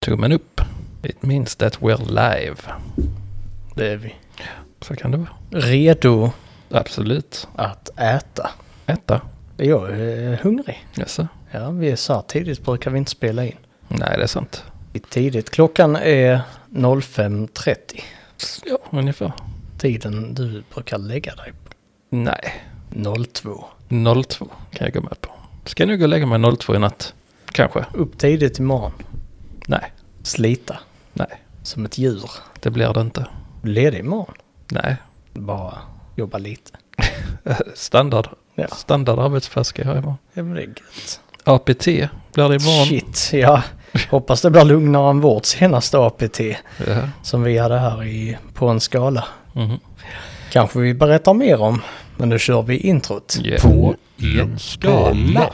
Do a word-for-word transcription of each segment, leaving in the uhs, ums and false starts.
tummen upp. It means that we're live. Det är vi. Så kan det vara. Redo Absolut. att äta. Äta? Jag är hungrig. Yes. Ja, vi är så här tidigt brukar vi inte spela in. Nej, det är sant. Tidigt. Klockan är fem trettio. Ja, ungefär. Tiden du brukar lägga dig på. Nej. två. noll två kan jag gå med på. Ska jag nu gå och lägga mig noll två i natt? Kanske. Upp tidigt imorgon. Nej. Slita. Nej. Som ett djur. Det blir det inte. Ledig imorgon. Nej. Bara jobba lite. Standard. Ja. Standard arbetspass ska jag ha imorgon. Ja, men det är gött. A P T blir det imorgon. Shit, ja. Hoppas det blir lugnare än vårt senaste A P T. Ja. Som vi hade här i, på en skala. Mm-hmm. Kanske vi berättar mer om. Men nu kör vi introt. Yeah. På en skala.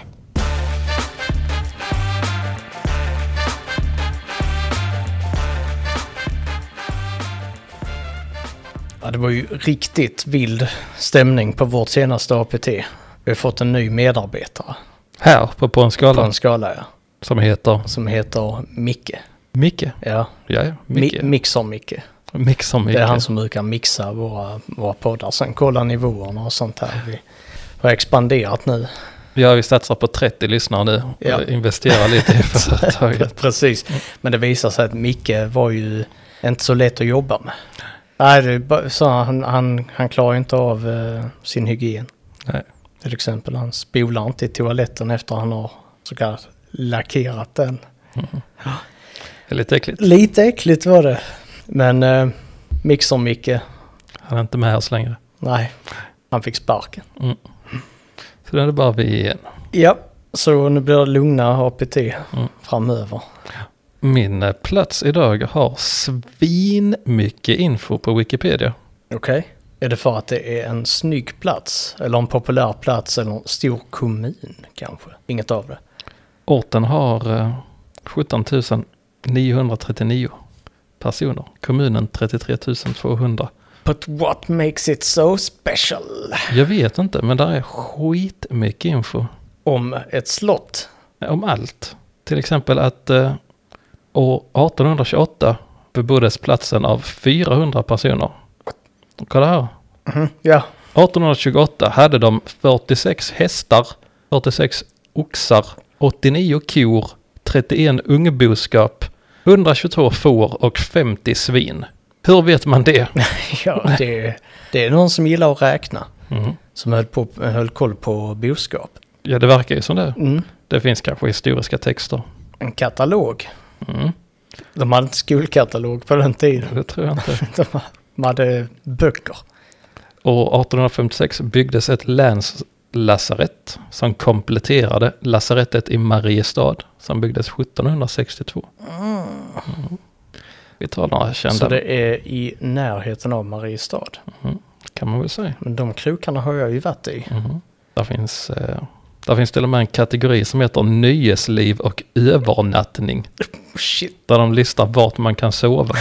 Ja, det var ju riktigt vild stämning på vårt senaste A P T. Vi har fått en ny medarbetare. Här på, på en skala. På en skala, ja. Som heter? Som heter Micke. Micke? Ja. Ja, ja. Micke. Mi- Mixer Micke. Mixer Micke. Det är han som brukar mixa våra, våra poddar. Sen kolla nivåerna och sånt här. Vi har expanderat nu. Ja, vi satsar på trettio lyssnare nu. Ja. Och investerar lite i företaget. Precis. Men det visar sig att Micke var ju inte så lätt att jobba med. Nej, det är bara, så han, han, han klarar inte av uh, sin hygien. Nej. Till exempel, han spolar inte i toaletten efter han har så kallat lackerat den. Mm. Det är lite äckligt. Lite äckligt var det. Men uh, Mixer Micke, Han är inte med oss längre. nej, han fick sparken. Mm. Så det är det bara vi igen. Ja, så nu blir det lugna A P T Mm. framöver. Min eh, plats idag har svin mycket info på Wikipedia. Okej. Okay. Är det för att det är en snygg plats? Eller en populär plats? Eller en stor kommun kanske? Inget av det. Orten har eh, sjutton tusen niohundratrettionio personer. Kommunen trettiotre tusen tvåhundra. But what makes it so special? Jag vet inte, men där är skitmycket info. Om ett slott? Om allt. Till exempel att eh, år arton tjugoåtta beboddes platsen av fyrahundra personer. Kolla här. Mm, ja. arton tjugoåtta hade de fyrtiosex hästar, fyrtiosex oxar, åttionio kor, trettioen ungboskap, etthundratjugotvå får och femtio svin. Hur vet man det? Ja, det, det är någon som gillar att räkna. Mm. Som höll, på, höll koll på boskap. Ja, det verkar ju som det. Mm. Det finns kanske historiska texter. En katalog. Mm. De hade inte skolkatalog på den tiden. Det tror jag inte. De hade böcker. År arton femtiosex byggdes ett länslasarett som kompletterade lasarettet i Mariestad som byggdes sjutton sextiotvå. Mm. Vi tar några kända. Så det är i närheten av Mariestad. Mm. Kan man väl säga. Men de krokarna har jag ju varit i. Mm. Där finns, eh, där finns till och med en kategori som heter nöjesliv och övernattning. Shit. Där de listar vart man kan sova.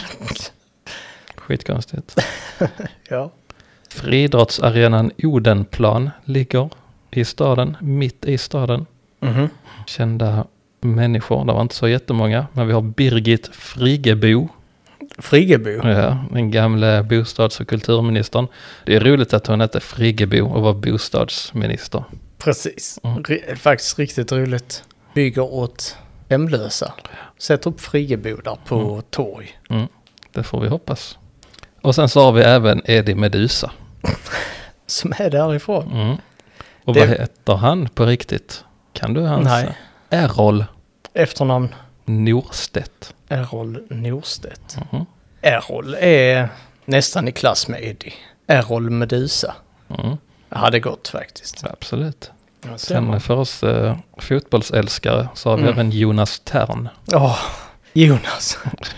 Skitkonstigt. Ja. Friidrottsarenan Odenplan ligger i staden, mitt i staden. Mm-hmm. Kända människor, det var inte så jättemånga, men vi har Birgit Friggebo. Friggebo? Ja, den gamla bostads- och kulturministern. Det är roligt att hon heter Friggebo och var bostadsminister. Precis. Mm. R- faktiskt riktigt roligt. Bygger åt hemlösa. Sätter upp friggebodar på Mm. torg. Mm. Det får vi hoppas. Och sen så har vi även Eddie Medusa. Som är därifrån. Mm. Och Det- vad heter han på riktigt? Kan du hans? Nej. Errol Efternamn Norstedt. Errol Norstedt. Mm. Errol är nästan i klass med Eddie. Errol Medusa. Mm. Jag hade gått faktiskt. Absolut. Ja, Sen för oss eh, fotbollsälskare så har vi Mm. även Jonas Tern. Åh, Jonas.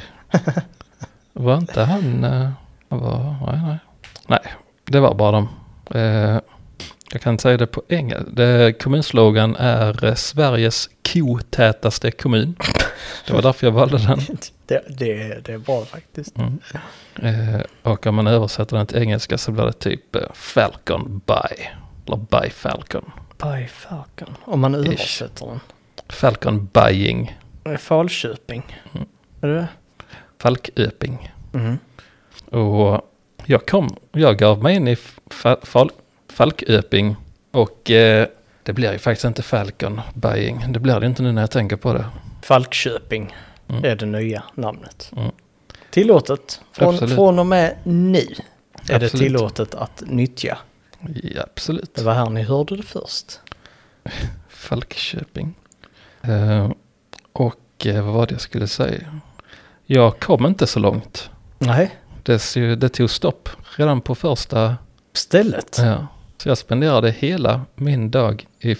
Var inte han... Eh, var, nej, nej. nej, det var bara dem. Eh, jag kan säga det på engelska. Kommunslogan är eh, Sveriges kotätaste kommun. Det var därför jag valde den. Det, det, det är bra faktiskt. Mm. Eh, och om man översätter den till engelska så blir det typ eh, Falcon by. Eller by Falcon. By Falcon. Om man översätter den. Falcon buying. Falköping. Mm. Är det det? Falköping. Mm. Och jag kom, jag gav mig in i fa- fal- Falköping och eh, det blir ju faktiskt inte Falcon Buying. Det blir det inte nu när jag tänker på det. Falköping Mm. är det nya namnet. Mm. Tillåtet. Från, Absolut. från och med nu är det Absolut. tillåtet att nyttja. Ja, absolut. Det var här ni hörde det först. Falköping. Eh, och eh, vad var det jag skulle säga? Jag kom inte så långt. Nej, Det, det tog stopp redan på första. stället. Ja. Så jag spenderade hela min dag i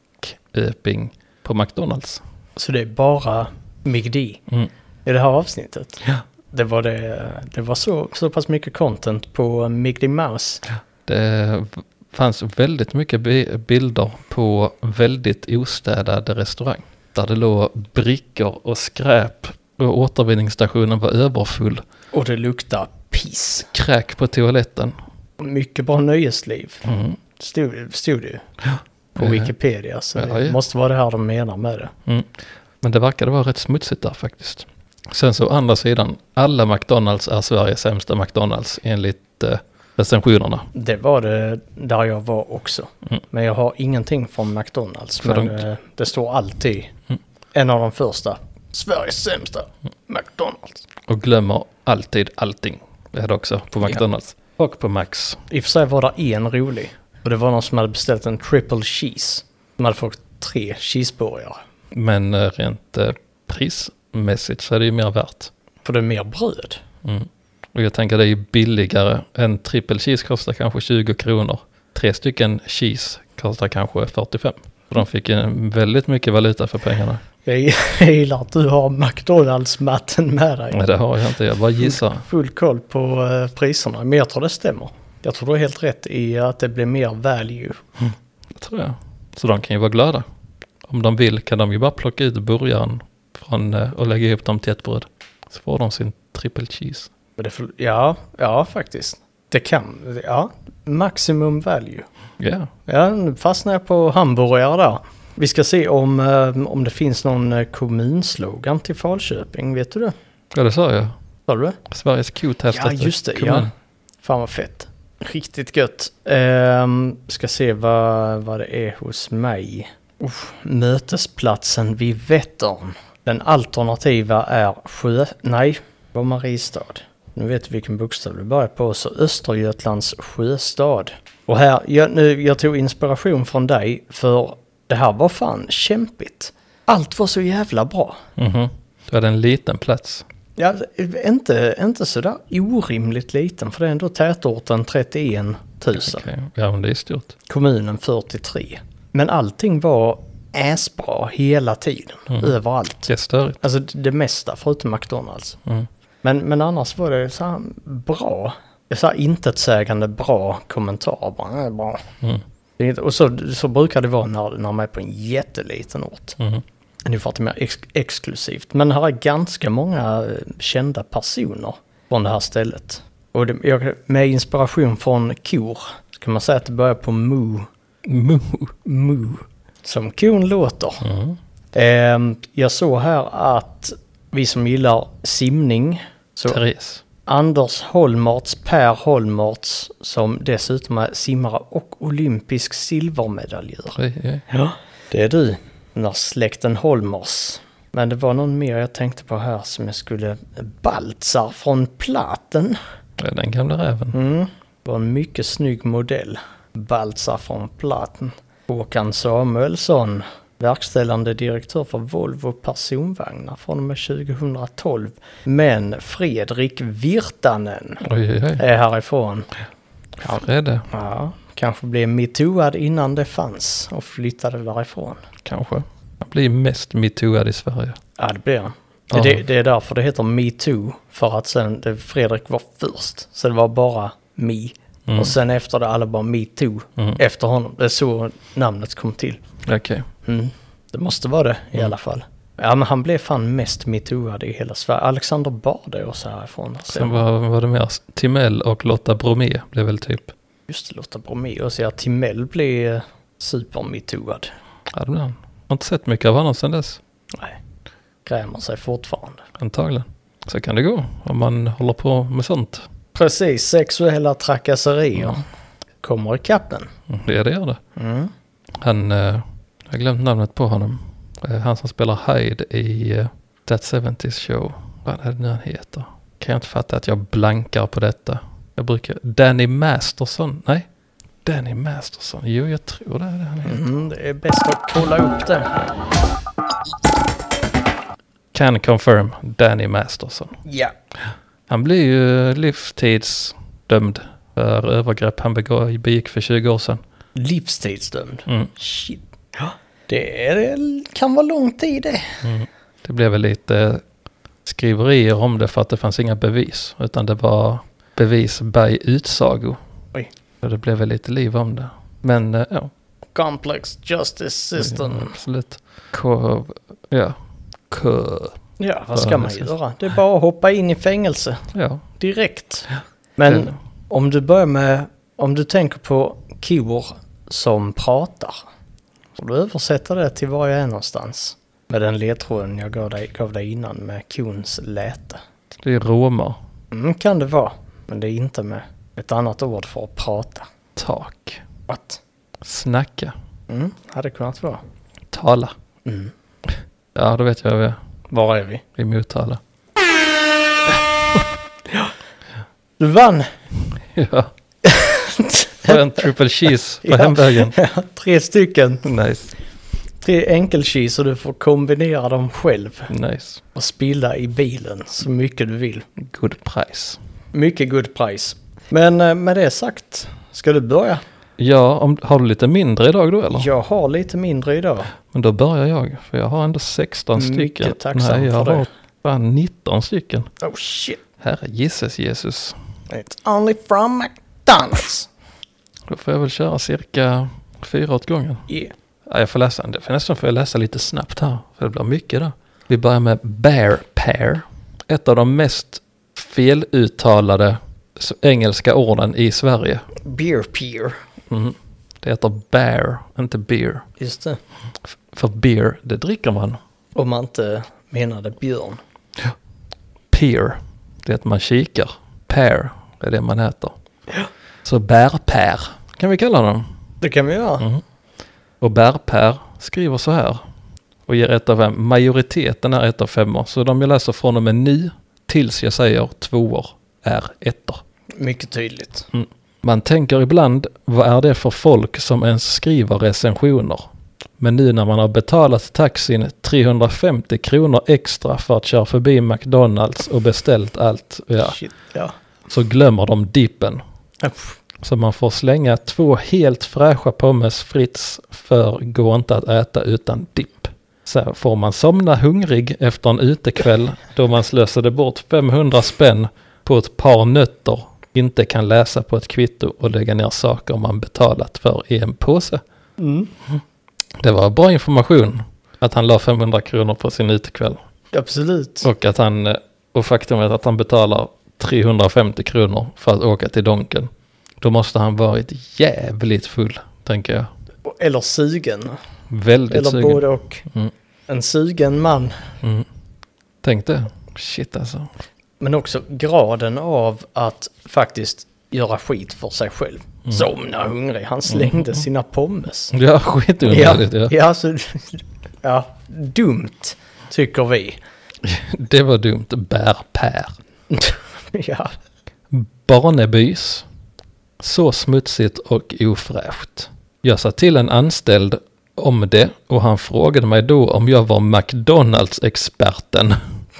Falköping på McDonalds. Så det är bara M I G D Mm. i det här avsnittet. Ja. Det var, det, det var så, så pass mycket content på M I G D Mouse. Det fanns väldigt mycket bi- bilder på väldigt ostädade restaurang. Där det låg brickor och skräp och återvinningsstationen var överfull. Och det luktar piss. Kräk på toaletten. Mycket bra nöjesliv. Mm. Stod, stod det ju på Eh, Wikipedia. Så ja, det ja. måste vara det här de menar med det. Mm. Men det verkade vara rätt smutsigt där faktiskt. Sen så å andra sidan, alla McDonalds är Sveriges sämsta McDonalds enligt eh, recensionerna. Det var det där jag var också. Mm. Men jag har ingenting från McDonalds. För Men de- eh, det står alltid Mm. en av de första. Sveriges sämsta McDonalds. Och glömmer alltid allting. Det är det också på McDonalds. Och på Max. I och för sig var det en rolig. Och det var någon som hade beställt en triple cheese. De hade fått tre cheeseburgare. Men eh, rent eh, prismässigt så är det ju mer värt. För det är mer bröd. Mm. Och jag tänker det är ju billigare. En triple cheese kostar kanske tjugo kronor. Tre stycken cheese kostar kanske fyrtiofem. Så de fick en väldigt mycket valuta för pengarna. Jag jag gillar att du har McDonalds-matten med dig. Nej, det har jag inte. Jag bara gissar. Full koll på eh, priserna. Men jag tror det stämmer. Jag tror du har helt rätt i att det blir mer value. Det tror jag. Så de kan ju vara glada. Om de vill kan de ju bara plocka ut burgaren från, eh, och lägga ihop dem till ett bröd. Så får de sin triple cheese. Men det får, ja, ja faktiskt. Det kan, ja. Maximum value. Ja, Ja, nu fastnar jag på hamburgare där. Vi ska se om, eh, om det finns någon eh, kommunslogan till Falköping. Vet du det? ja det sa jag. Sa du det? Sveriges kotätaste Ja, just det. kommun. Ja. Fan vad fett. Riktigt gött. Ehm, ska se vad, vad det är hos mig. Uff, mötesplatsen vid Vättern. Den alternativa är Sjö... Nej, det var Mariestad. Nu vet du vilken bokstav du börjar på. Så Östergötlands sjöstad. Och här, jag, nu, jag tog inspiration från dig för det här var fan kämpigt. Allt var så jävla bra. Mhm. Då är det en liten plats. Ja, inte, inte sådär orimligt liten, för det är ändå tätorten trettioen tusen. Okej. Ja, men det är stort. Kommunen fyrtiotre. Men allting var asbra hela tiden, Mm. överallt. Det är störigt. Alltså det mesta förutom McDonalds. Mm. Men, men annars var det så här bra, så här intetsägande bra kommentar. Bara, "Nej, bra." Mm. Det är inte- Och så, så brukar det vara när, när man är på en jätteliten ort. Mm. Nu får det mer ex- exklusivt. Men här är ganska många eh, kända personer från det här stället. Och det, jag, med inspiration från kor så kan man säga att det börjar på Moo. Moo. Moo. Som kon låter. Mm. Eh, jag såg här att vi som gillar simning, så Therese. Anders Holmarts, Per Holmarts, som dessutom är simmare och olympisk silvermedaljör. Oj, oj. Ja, det är du. Den där släkten Holmers. Men det var någon mer jag tänkte på här som jag skulle... Baltzar från Platen. Ja, den gamla räven. Mm. Det var en mycket snygg modell. Baltzar från Platen. Håkan Samuelsson. Verkställande direktör för Volvo personvagnar från och med tjugohundratolv. Men Fredrik Virtanen Oj, oj, oj. är härifrån. Ja, Fredde, ja, kanske blev metooad innan det fanns och flyttade därifrån. kanske. Han blir mest metooad i Sverige. Ja, det blir han. Ja. Det, det är därför det heter Me Too. För att sen det, Fredrik var först. Så det var bara Me. Mm. Och sen efter det alla bara Me Too. Mm. Efter honom. Det är så namnet kom till. Okej. Mm. Det måste vara det i Mm. alla fall. Ja, men han blev fan mest metooad i hela Sverige. Alexander Bard är också härifrån. Sen var, var det mer Timell och Lotta Bromé blev väl typ. Just det, Lotta Bromé. Och så att Timell blev super metooad. Ja, det blev han. Har inte sett mycket av honom sedan dess. Nej. grämer sig fortfarande. Antagligen. Så kan det gå om man håller på med sånt. Precis, sexuella trakasserier Mm. kommer i kappen. Mm, Det är det gör det. Mm. Han, eh, jag har glömt namnet på honom. Eh, han som spelar Hyde i eh, That seventies Show. Vad är det nu han heter? Kan jag inte fatta att jag blankar på detta. Jag brukar... Danny Masterson. Nej. Danny Masterson. Jo, jag tror det är det han heter. Mm, det är bäst att kolla upp det. Can confirm. Danny Masterson. Ja. Han blir ju livstidsdömd för övergrepp han begå- begick för tjugo år sedan. Livstidsdömd. Mm. Shit. Ja. Det, är, det kan vara lång tid det. Mm. Det blev väl lite skriverier om det för att det fanns inga bevis. Utan det var bevis by utsago. Oj. Så det blev väl lite liv om det. Men eh, ja. Complex justice system. Ja, absolut. K... Ja. K... Ja, vad ska man göra? Det är bara att hoppa in i fängelse Ja. direkt. Men Det- om du börjar med, om du tänker på kor som pratar. Får du översätta det till var jag är någonstans. Med den ledtråden jag gav dig, gav dig innan med kons läte. Det är romar. Mm, kan det vara. Men det är inte med ett annat ord för att prata. Tak. What? Snacka. Mm, hade kunnat vara. Tala. Mm. Ja, då vet jag vad vi är. Var är vi? I Motala. Du vann! Ja. Får en triple cheese på Ja. hemvägen. Tre stycken. Nice. Tre enkelcheese och du får kombinera dem själv. Nice. Och spilla i bilen så mycket du vill. Good price. Mycket good price. Men eh, med det sagt, ska du börja? Ja, om, har du lite mindre idag då eller? Jag har lite mindre idag. Men då börjar jag. För jag har ändå sexton stycken. Mycket tacksam Nej, jag för har det. bara nitton stycken. Oh shit. Herre Jesus Jesus. It's only from McDonald's. Då får jag väl köra cirka fyra åt gången. Yeah. Ja, jag får läsa. Det får nästan får jag läsa lite snabbt här. För det blir mycket där. Vi börjar med bear pair. Ett av de mest feluttalade s- engelska orden i Sverige. Beer peer. Mm. Det heter bear, inte beer. Just det. F- för beer, det dricker man. Om man inte menade björn. Peer, det är att man kikar. Pear, det är det man äter. Så bärpär kan vi kalla dem. Det kan vi göra. Mm. Och bärpär skriver så här. Och ger ett av fem. Majoriteten är ett av femmor. Så de jag läser från och med nu tills jag säger tvåor är ettor. Mycket tydligt. Man tänker ibland, vad är det för folk som ens skriver recensioner? Men nu när man har betalat taxin trehundrafemtio kronor extra för att köra förbi McDonalds och beställt allt, ja, Shit, ja. så glömmer de dippen. Uff. Så man får slänga två helt fräscha pommes Fritz för går inte att äta utan dipp. Så får man somna hungrig efter en utekväll då man slösade bort femhundra spänn på ett par nötter, inte kan läsa på ett kvitto och lägga ner saker man betalat för i en påse. Mm. Det var bra information att han la femhundra kronor på sin utekväll. Absolut. Och att han, och faktumet att han betalar trehundrafemtio kronor för att åka till Donken. Då måste han varit jävligt full, tänker jag. Eller sugen. Väldigt Eller sugen. både och. Mm. En sugen man. Mm. Tänk det. Shit alltså. Men också graden av att faktiskt göra skit för sig själv. Mm. Somna hungrig. Han slängde Mm. sina pommes. Ja, skitunödigt. Ja, ja, ja, alltså, ja, dumt tycker vi. Det var dumt. Bärpär. Ja. Barnebys. Så smutsigt och ofräscht. Jag sa till en anställd om det och han frågade mig då om jag var McDonalds-experten.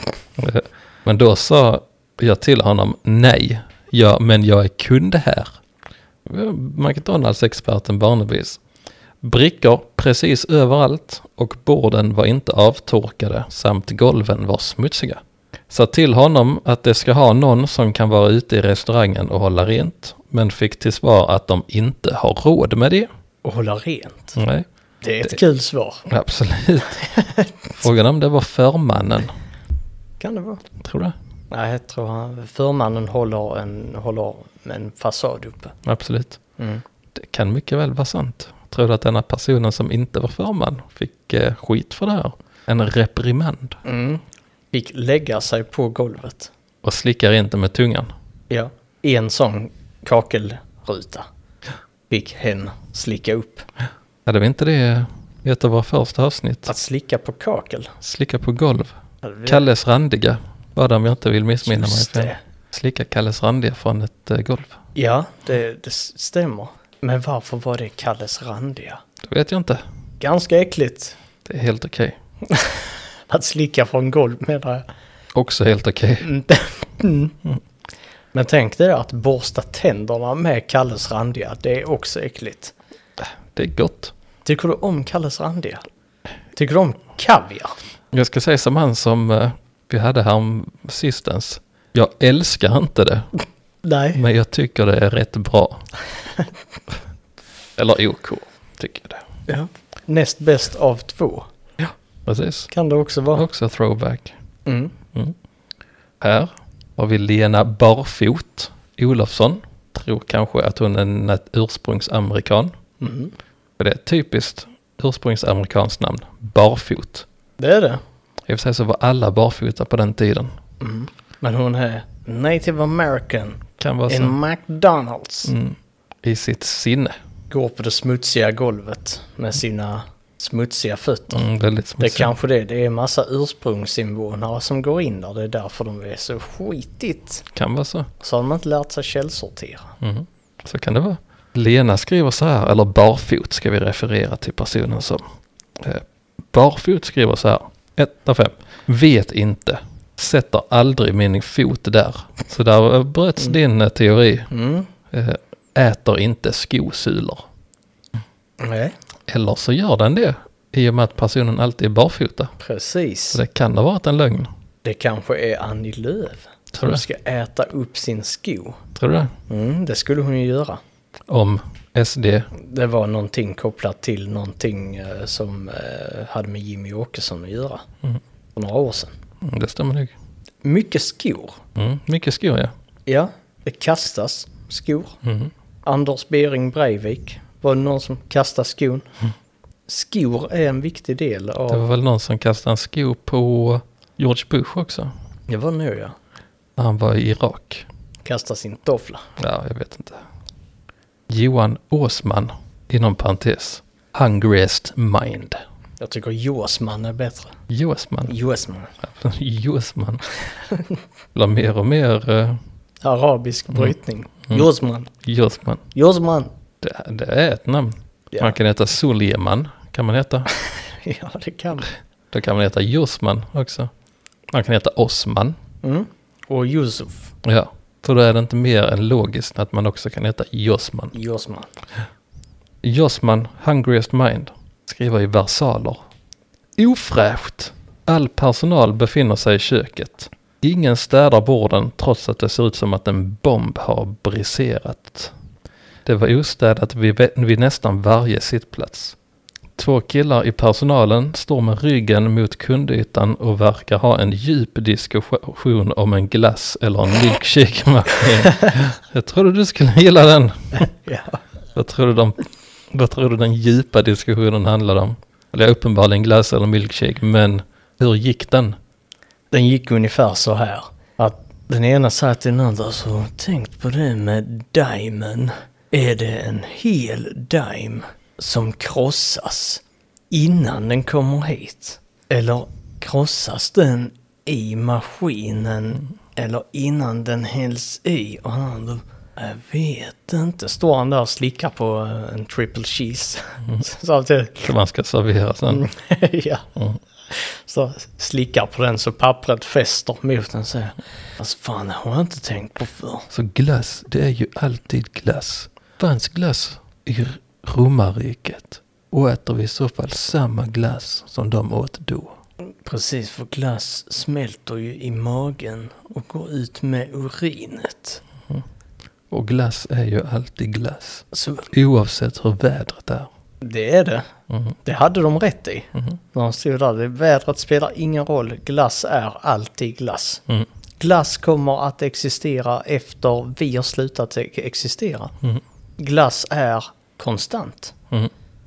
Men då sa jag till honom nej, ja, men jag är kund här. McDonalds-experten Barnebys. Brickor precis överallt och borden var inte avtorkade samt golven var smutsiga. Sa till honom att det ska ha någon som kan vara ute i restaurangen och hålla rent, men fick till svar att de inte har råd med det. Och hålla rent. Nej, Det är ett kul svar. absolut. Frågan om det var förmannen, Kan det vara? tror du? Nej, jag tror han, förmannen håller en, håller en fasad uppe. Absolut. Mm. Det kan mycket väl vara sant. Tror du att denna personen som inte var förman fick eh, skit för det här? En reprimand. Mm. Fick lägga sig på golvet. Och slickar inte med tungan. Ja. En sån kakelruta fick hen slicka upp. Hade vi inte det i ett av våra första avsnitt? Att slicka på kakel. Slicka på golv. Vi... Kalles randiga. Var det om jag inte vill missminna Just mig. det. Slicka Kalles randiga från ett uh, golv. Ja, det, det stämmer. Men varför var det Kalles randiga? Det vet jag inte. Ganska äckligt. Det är helt okej. Att slicka från golv menar jag. Också helt okej. Mm. Mm. Men tänk dig att borsta tänderna med Kalles randiga. Det är också äckligt. Det är gott. Tycker du om Kalles randiga? Tycker du om kaviar? Jag ska säga som han som uh, vi hade här om sistens. Jag älskar inte det. Nej. Men jag tycker det är rätt bra. Eller OK, tycker jag det. Ja. Näst bäst av två. Ja, precis. Kan det också vara. Också throwback. Mm. Mm. Här har vi Lena Barfot Olofsson. Tror kanske att hon är en ursprungsamerikan. Mm. För det är ett typiskt ursprungsamerikanskt namn. Barfot. Det är det. I och för sig så var alla barfota på den tiden. Mm. Men hon är native american. Kan vara In så. McDonalds. Mm. I sitt sinne. Går på det smutsiga golvet med sina smutsiga fötter. Mm, väldigt Det är smutsigt. kanske det. Det är massa ursprungsinvånare som går in där. Det är därför de är så skitigt. Kan vara så. Så har de inte lärt sig källsortera. Mm. Så kan det vara. Lena skriver så här, eller Barfot ska vi referera till personen som. Eh, Barfot skriver så här. ett av fem. Vet inte. Sätter aldrig min fot där. Så där bröts Mm. din eh, teori. Mm. Eh, äter inte skosulor. Nej, Eller så gör den det. I och med att personen alltid är barfota. precis. Så det kan ha varit en lögn. Det kanske är Annie Lööf Tror som du? ska äta upp sin sko. Tror du det? Mm, det skulle hon ju göra. Om S D. Det var någonting kopplat till någonting eh, som eh, hade med Jimmy Åkesson att göra. Mm. För några år sedan. Mm, det stämmer nog. Mycket skor. Mm, mycket skor, ja. Ja, det kastas skor. Mm. Anders Bering Breivik var det någon som kastade skon. Mm. Skor är en viktig del av... Det var väl någon som kastade en sko på George Bush också. Det var nog ja. När han var i Irak. Kasta sin toffla. Ja, jag vet inte. Johan Åsman, inom parentes. Hungriest mind. Jag tycker Jåsman är bättre. Jåsman. Jåsman. Jåsman. Det mer och mer uh, Arabisk brytning. Mm. Jåsman. Jåsman. Jåsman. Det, det är ett namn. Ja. Man kan heta Suljeman, kan man heta. Ja, det kan man. Då kan man heta Josman också. Man kan heta Osman. Mm. Och Yusuf. Ja, så då är det inte mer än logiskt att man också kan heta Josman. Jåsman. Josman, hungriest mind, skriver i versaler. Ofräscht. All personal befinner sig i köket. Ingen städar borden trots att det ser ut som att en bomb har briserat. Det var ostädat vid, vid nästan varje sittplats. Två killar i personalen står med ryggen mot kundytan och verkar ha en djup diskussion om en glass eller en milkshake-maskin. Jag trodde du skulle gilla den. Ja. Vad tror du, de, vad tror du den djupa diskussionen handlade om? Eller uppenbarligen glass eller milkshake, men hur gick den? Den gick ungefär så här. Att den ena sa till den andra, så tänkt på det med dimen. Är det en hel dime som krossas innan den kommer hit? Eller krossas den i maskinen eller innan den hälls i? Och han andra, jag vet inte. Står han där och slickar på en triple cheese. Mm. Så alltid, Så man ska servera sen. ja. Mm. Så slickar på den så pappret fäster mot den, säger alltså fan, det har jag inte tänkt på för. Så glass, det är ju alltid glass. Fanns glass i romarriket? Och äter vi i så fall samma glass som de åt då? Precis, för glass smälter ju i magen och går ut med urinet. Mm. Och glass är ju alltid glass. Så Oavsett hur vädret är. det är det. Mm. Det hade de rätt i. Mm. När de stod där, det vädret spelar ingen roll. Glass är alltid glass. Mm. Glass kommer att existera efter vi har slutat existera. Mm. Glass är konstant. Mm.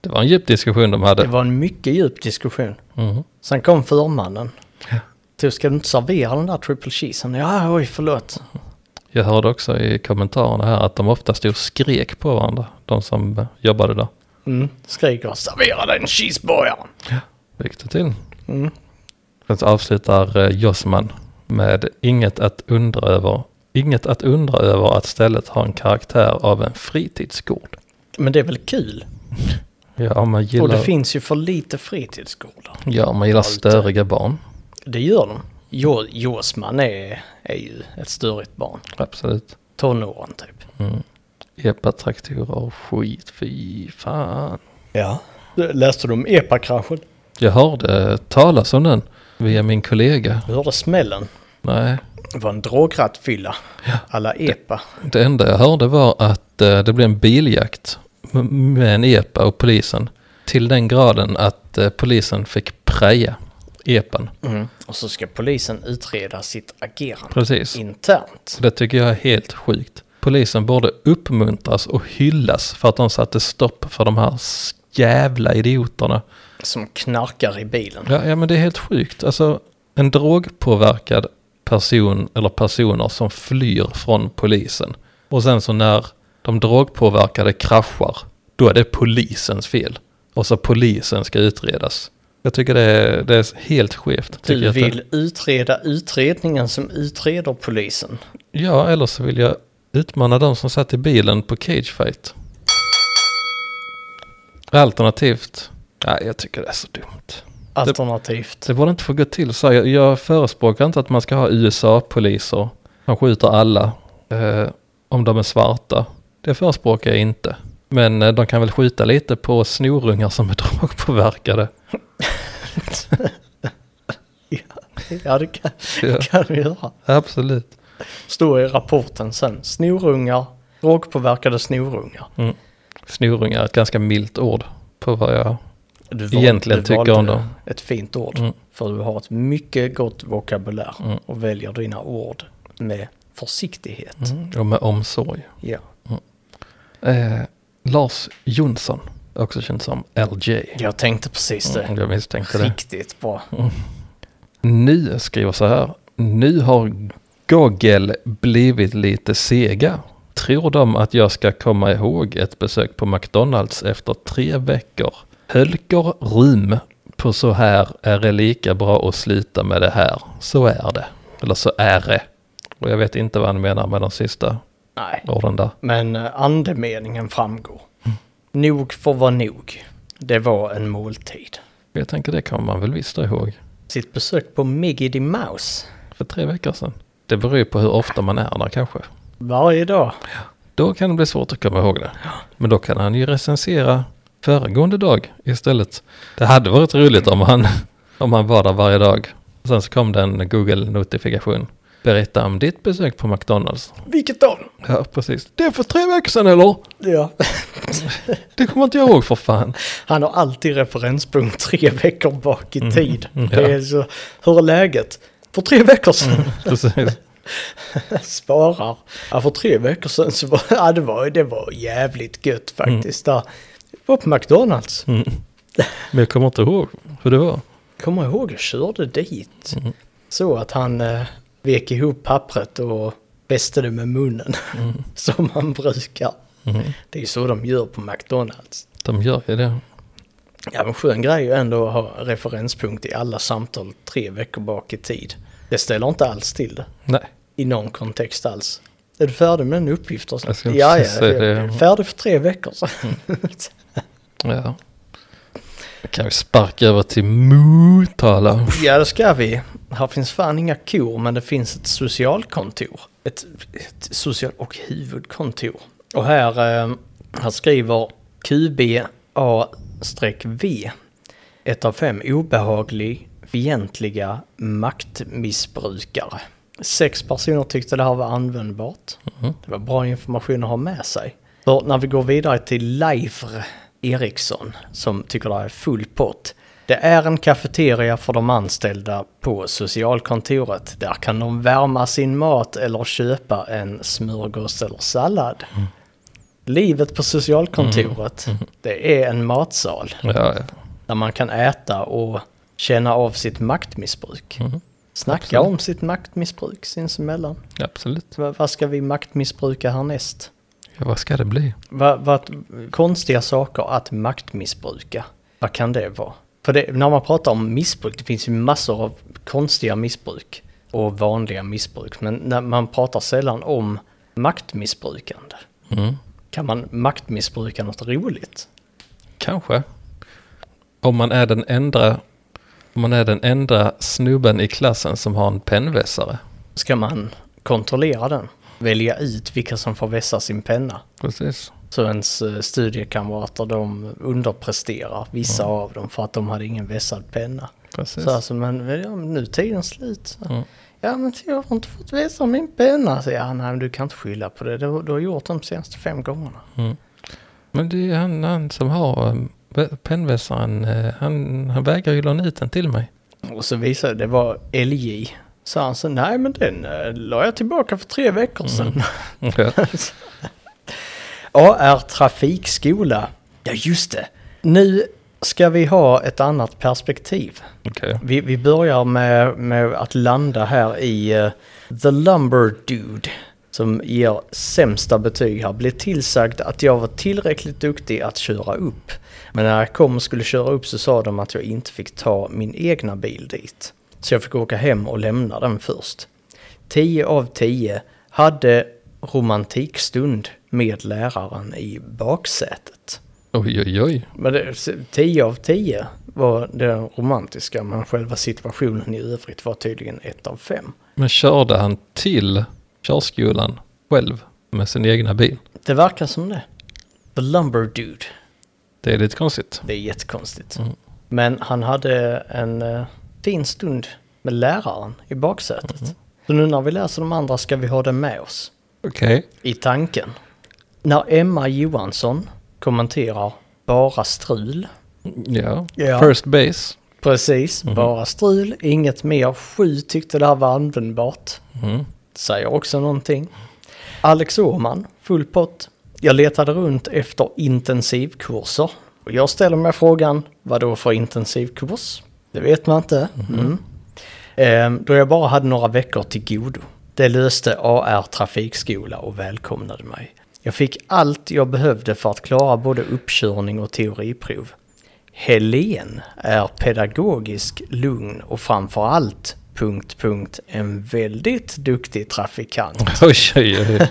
Det var en djup diskussion de hade. Det var en mycket djup diskussion. Mm. Sen kom förmannen. Ja. Du, ska du inte servera den där triple cheesen? Ja, oj, förlåt. Jag hörde också i kommentarerna här att de ofta stod och skrek på varandra, de som jobbade där. Mm, skriker, servera den cheeseburgaren. Ja. Fick det till. Mm. Sen så avslutar eh, Jossman med inget att undra över. Inget att undra över att stället har en karaktär av en fritidsgård. Men det är väl kul? Ja, man gillar, Och det finns ju för lite fritidsgårdar. ja, man gillar störiga barn. Det gör de. Jo, Jossman är, är ju ett störigt barn. Absolut. Tonåren typ. Mm. Epa-traktorer och skit, fy fan. Ja. Läste du om epa-kraschen? Jag hörde talas om den via min kollega. Du hörde smällen. Nej, Det var en drograttfylla. Ja. Alla epa. det enda jag hörde var att eh, det blev en biljakt m- med en epa och polisen. Till den graden att eh, polisen fick preja epan. Mm. Och så ska polisen utreda sitt agerande Precis. internt. Det tycker jag är helt sjukt. Polisen borde uppmuntras och hyllas för att de satte stopp för de här jävla idioterna. Som knarkar i bilen. Ja, ja men det är helt sjukt. Alltså en drogpåverkad person eller personer som flyr från polisen. Och sen så när de drogpåverkade kraschar, då är det polisens fel. Och så polisen ska utredas. Jag tycker det är, det är helt skevt. Tycker Du jag vill att det, utreda utredningen som utreder polisen. ja, eller så vill jag utmana de som satt i bilen på cagefight. Alternativt, ja, jag tycker det är så dumt. Alternativt. Det borde inte få gå till så. Jag, jag förespråkar inte att man ska ha U S A-poliser. Man skjuter alla eh, om de är svarta. Det förespråkar jag inte. Men eh, de kan väl skjuta lite på snorungar som är drogpåverkade. Ja, det kan, Ja. kan vi göra. Absolut. Står i rapporten sen. Snorungar, drogpåverkade snorungar. Mm. Snorungar är ett ganska milt ord på vad jag Du egentligen du tycker valde om dem. ett fint ord. Mm. För du har ett mycket gott vokabulär. Mm. Och väljer dina ord med försiktighet. Mm. Och med omsorg. Ja. Eh, Lars Jonsson, också känd som L J. Jag tänkte precis det. Mm, jag misstänkte det. Riktigt bra. Nu skriver så här. Nu har Google blivit lite sega. Tror de att jag ska komma ihåg ett besök på McDonalds efter tre veckor? Hölker rum på så här är det lika bra att sluta med det här. Så är det. Eller så är det. Och jag vet inte vad han menar med de sista Nej, orden där. men eh, andemeningen framgår. Nog får vara nog. Det var en måltid. Jag tänker det kan man väl visst ihåg. Sitt besök på Miggy the Mouse. För tre veckor sedan. Det beror ju på hur ofta man är där kanske. Varje dag. Då kan det bli svårt att komma ihåg det. Men då kan han ju recensera föregående dag istället. Det hade varit roligt om han, om han var där varje dag. Och sen så kom det en Google-notifikation. Berätta om ditt besök på McDonalds. Vilket dag? Ja, precis. Det är för tre veckor sedan eller? Ja. Det kommer inte jag ihåg för fan. Han har alltid referenspunkt tre veckor bak i tid. Mm, Det ja. är så, hur är läget? För tre veckor sedan. Precis. Svarar. Ja, för tre veckor sedan så var ja, det, var, det var jävligt gött faktiskt. Där. Jag var på McDonalds. Mm. Men jag kommer inte ihåg hur det var. Kommer ihåg jag körde dit. Mm. Så att han eh, vek ihop pappret och väste det med munnen. Mm. Som man brukar. Mm. Det är så de gör på McDonalds. De gör ju det. Ja, men skön grej är ju ändå att ha referenspunkt i alla samtal tre veckor bak i tid. Det ställer inte alls till det. Nej. I någon kontext alls. Är du färdig med den uppgiften? Jag ska Ja, ja, precis säga jag är det. färdig för tre veckor sedan. Ja. Då kan vi sparka över till Motala. Ja, det ska vi. Här finns fan inga kor, men det finns ett socialkontor. Ett, ett social- och huvudkontor. Och här, eh, här skriver Q B A V. Ett av fem obehaglig, fientliga maktmissbrukare. Sex personer tyckte det här var användbart. Mm. Det var bra information att ha med sig. Så när vi går vidare till Leif Eriksson som tycker det är full pott. Det är en kafeteria för de anställda på socialkontoret. Där kan de värma sin mat eller köpa en smörgås eller sallad. Mm. Livet på socialkontoret, Mm. Mm. det är en matsal Ja, ja. där man kan äta och känna av sitt maktmissbruk. Mm. Snacka Absolut. om sitt maktmissbruk sinsemellan. Absolut. Va, vad ska vi maktmissbruka härnäst? Ja, vad ska det bli? Vad va, konstiga saker att maktmissbruka. Vad kan det vara? För det, när man pratar om missbruk, det finns ju massor av konstiga missbruk och vanliga missbruk. Men när man pratar sällan om maktmissbrukande. Mm. Kan man maktmissbruka något roligt? Kanske. Om man är den enda om man är den enda snubben i klassen som har en pennvässare. Ska man kontrollera den? Välja ut vilka som får vässa sin penna? Precis. Så ens eh, studiekamrater, de underpresterar vissa Mm. av dem för att de hade ingen vässad penna. Precis. Så alltså, men, ja, men nu är tiden slut. Mm. Ja, men jag har inte fått vässa min penna. Så, ja, nej, men du kan inte skylla på det. Du, du har gjort de senaste fem gångerna. Mm. Men det är han, han som har um, pennvässaren, uh, han, han vägrar ju låna ut den till mig. Och så visade det var L J. Så han sa, nej men den äh, la jag tillbaka för tre veckor sedan. Mm. Ja. A R Trafikskola. Ja, just det. Nu ska vi ha ett annat perspektiv. Okej. Vi, vi börjar med, med att landa här i uh, The Lumber Dude. Som ger sämsta betyg här. Blev tillsagd att jag var tillräckligt duktig att köra upp. Men när jag kom och skulle köra upp så sa de att jag inte fick ta min egna bil dit. Så jag fick åka hem och lämna den först. tio av tio hade romantikstund med läraren i baksätet. Oj, oj, oj. Men det, tio av tio var det romantiska, men själva situationen i övrigt var tydligen ett av fem. Men körde han till körskolan själv med sin egna bil? Det verkar som det. The Lumber Dude. Det är lite konstigt. Det är jättekonstigt. Mm. Men han hade en uh, fin stund med läraren i baksätet. Mm. Så nu när vi läser de andra ska vi ha det med oss. Okej. Okay. I tanken. När Emma Johansson kommenterar bara strul. Ja. Ja. First base. Precis, Mm. bara strul. Inget mer. Sju tyckte det här var användbart. Mm. Säger också någonting. Alex Åhman, full pott. Jag letade runt efter intensivkurser. Och jag ställer mig frågan, vad då för intensivkurs? Det vet man inte. Mm. Mm. Då jag bara hade några veckor till godo. Det löste A R Trafikskola och välkomnade mig. Jag fick allt jag behövde för att klara både uppkörning och teoriprov. Helen är pedagogisk, lugn och framförallt punkt, punkt, en väldigt duktig trafikant. Oj, oj, oj.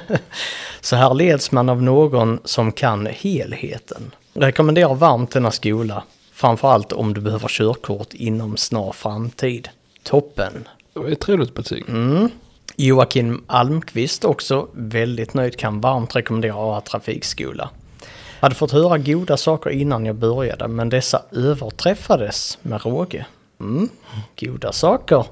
Så här leds man av någon som kan helheten. Jag rekommenderar varmt denna skola, framförallt om du behöver körkort inom snar framtid. Toppen! Det var ett trevligt betyg. Mm. Joakim Almqvist också väldigt nöjd, kan varmt rekommendera A R Trafikskola. Jag hade fått höra goda saker innan jag började, men dessa överträffades med råge. Mm. Goda saker.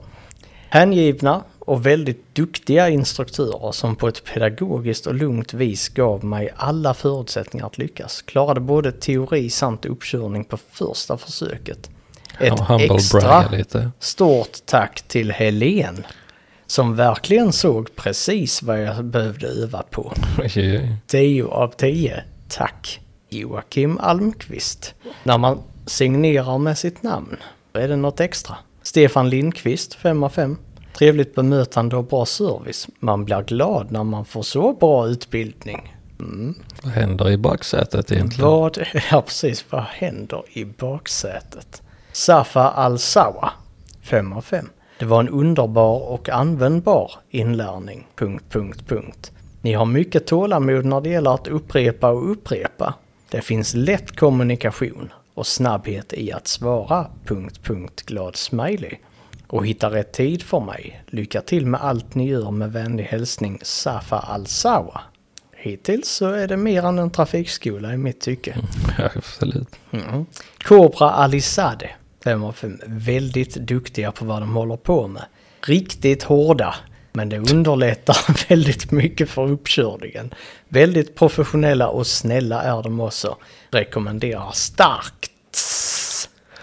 Hängivna och väldigt duktiga instruktörer som på ett pedagogiskt och lugnt vis gav mig alla förutsättningar att lyckas. Klarade både teori samt uppkörning på första försöket. Ett Humble extra bragga lite. stort tack till Helen som verkligen såg precis vad jag behövde öva på. Oj, oj, oj. tio av tio. Tack Joakim Almqvist. När man signerar med sitt namn är det något extra. Stefan Lindqvist, fem av fem. Trevligt bemötande och bra service. Man blir glad när man får så bra utbildning. Mm. Vad händer i baksätet egentligen? Vad, ja precis, vad händer i baksätet? Safa Al-Sawa, fem av fem. Det var en underbar och användbar inlärning. Punkt, punkt, punkt. Ni har mycket tålamod när det gäller att upprepa och upprepa. Det finns lätt kommunikation och snabbhet i att svara. Punkt, punkt, glad smiley. Och hitta rätt tid för mig. Lycka till med allt ni gör, med vänlig hälsning Safa Al-Sawa. Hittills så är det mer än en trafikskola i mitt tycke. Ja, absolut. Mm. Cobra Alizade, fem av fem. Väldigt duktiga på vad de håller på med. Riktigt hårda, men det underlättar väldigt mycket för uppkörningen. Väldigt professionella och snälla är de också. Rekommenderar starkt.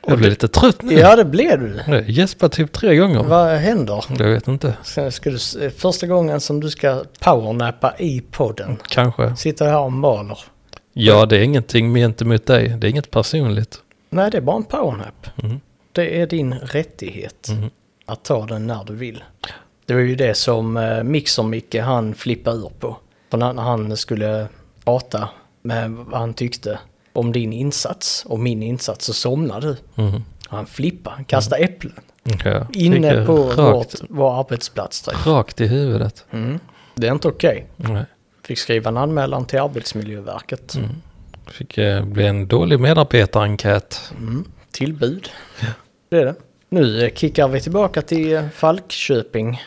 Jag blir lite trött nu. Ja, det blev du. Jag gäspar typ tre gånger. Vad händer? Jag vet inte. Ska, ska du, första gången som du ska powernappa i podden. Kanske. Sitter här och maler. Ja, det är ingenting gentemot dig. Det är inget personligt. Nej, det är bara en powernap. Mm. Det är din rättighet Mm. att ta den när du vill. Det var ju det som eh, Mixer-Micke han flippade ur på. För när han skulle prata med vad han tyckte om din insats och min insats så somnade du. Mm. Han flippade, han kastade äpplen. Ja, Inne fick på rakt, vårt, vår arbetsplats. Typ. rakt i huvudet. Mm. Det är inte okej. Nej. Fick skriva en anmälan till Arbetsmiljöverket. Mm. Fick eh, bli en dålig medarbetarenkät. Mm. Tillbud. Det är det. Nu eh, kickar vi tillbaka till eh, Falköping.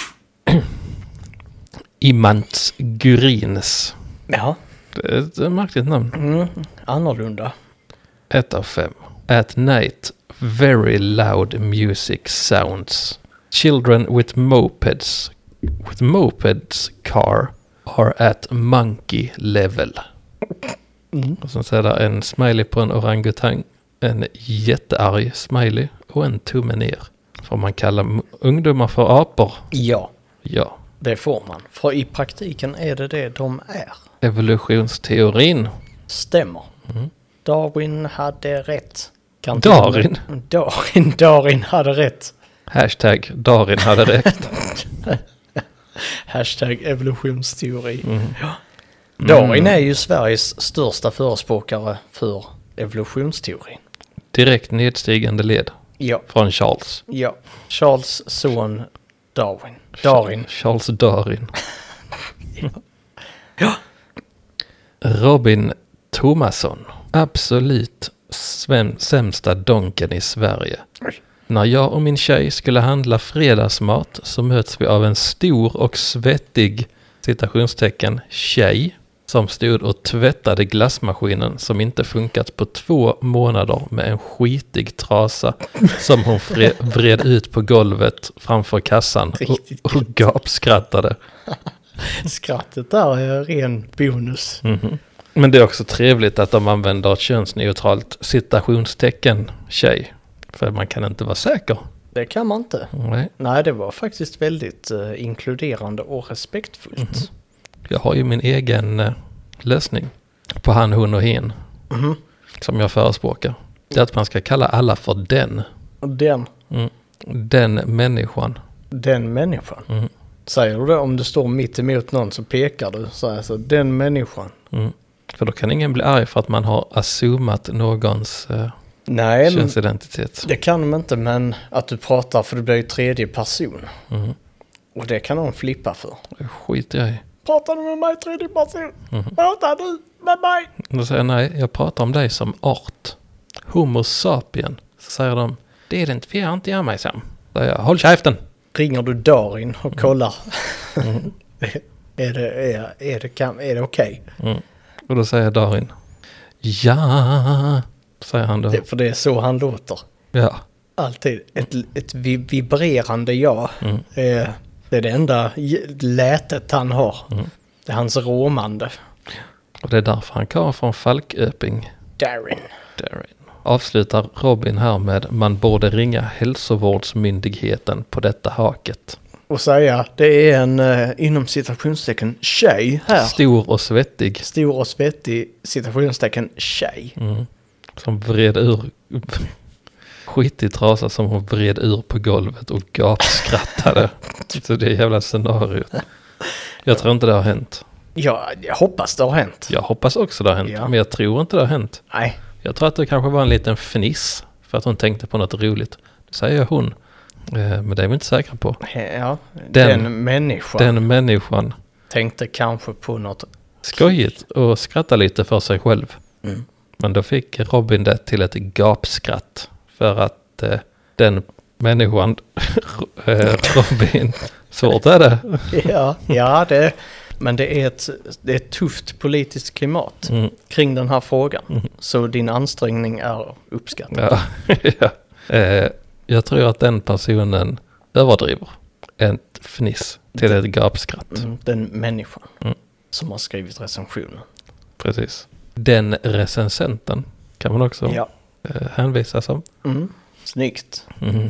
Imants Gurins. Ja. Det är ett märkligt namn. Mm. Annorlunda. Ett av fem. At night, very loud music sounds. Children with mopeds, with mopeds car are at monkey level. Mm. Och så är det en smiley på en orangutang, en jättearg smiley och en tumme ner. Får man kalla m- ungdomar för apor? Ja, Ja. det får man. För i praktiken är det det de är. Evolutionsteorin. Stämmer. Mm. Darwin hade rätt. Kan Darin? till- Darin, Darin hade rätt. Hashtag Darin hade rätt. Hashtag evolutionsteori. Mm. Darin är ju Sveriges största förespråkare för evolutionsteorin. Direkt nedstigande led Ja, från Charles. ja. Charles son Darwin. Darin. Charles Darin. Ja. Robin Thomasson. Absolut sväm- sämsta donken i Sverige. När jag och min tjej skulle handla fredagsmat så möts vi av en stor och svettig citationstecken tjej som stod och tvättade glassmaskinen som inte funkat på två månader med en skitig trasa som hon fre- vred ut på golvet framför kassan Riktigt och, och gapskrattade. Skrattet där är ren bonus. Mhm. Men det är också trevligt att de använder ett könsneutralt citationstecken tjej. För man kan inte vara säker. Det kan man inte. Nej. Nej, det var faktiskt väldigt uh, inkluderande och respektfullt. Mhm. Jag har ju min egen eh, lösning på han, hon och hen Mhm. som jag förespråkar. Det är att man ska kalla alla för den. Och Den, Mm. Den människan. den människan. Mm. Säger du det om du står mitt emot någon så pekar du så här, så den människan. Mm. För då kan ingen bli arg för att man har assumat någons eh, Nej, men könsidentitet. det kan de inte, men att du pratar för det blir ju tredje person. Mm. Och det kan de flippa för. Det skiter jag i. Pratar du med mig tredje person? Mhm. Pratar du med mig? Då säger jag nej, jag pratar om dig som art. Homo sapien. Så säger de, det identifierar inte jag mig som. Så säger jag, håll käften. Ringer du Darin och kollar. Mm. är det, är, är det, kan, är det okej? Mm. Och då säger Darin, ja, säger han då. Det, för det är så han låter. Ja. Alltid. Ett, ett vi- vibrerande ja. Mm. Eh, det är det enda j- lätet han har. Mm. Det är hans råmande. Och det är därför han kommer från Falköping. Darin. Darin. Avslutar Robin här med, man borde ringa hälsovårdsmyndigheten på detta haket. Och säga, det är en eh, inom citationstecken tjej här. Stor och svettig. Stor och svettig citationstecken tjej. Mm. Som vred ur skitig trasa som hon vred ur på golvet och gapskrattade. Så det är jävla scenariot. Jag tror inte det har hänt. Ja, jag hoppas det har hänt. Jag hoppas också det har hänt. Ja. Men jag tror inte det har hänt. Nej. Jag tror att det kanske var en liten fniss. För att hon tänkte på något roligt. Det säger hon. Eh, Men det är vi inte säkra på. Ja, Den- den, människan Den människan. tänkte kanske på något. Skojigt och skratta lite för sig själv. Mm. Men då fick Robin det till ett gapskratt. För att eh, den människan, eh, Robin, svårt är det. Ja, ja det, men det är, ett, det är ett tufft politiskt klimat Mm. kring den här frågan. Mm. Så din ansträngning är uppskattad. Ja. ja. Eh, jag tror att den personen överdriver ett fniss till ett gapskratt. Mm, den människan Mm. som har skrivit recensionen. Precis. Den recensenten kan man också Ja, eh, hänvisas som. Mm. Snyggt. Mm.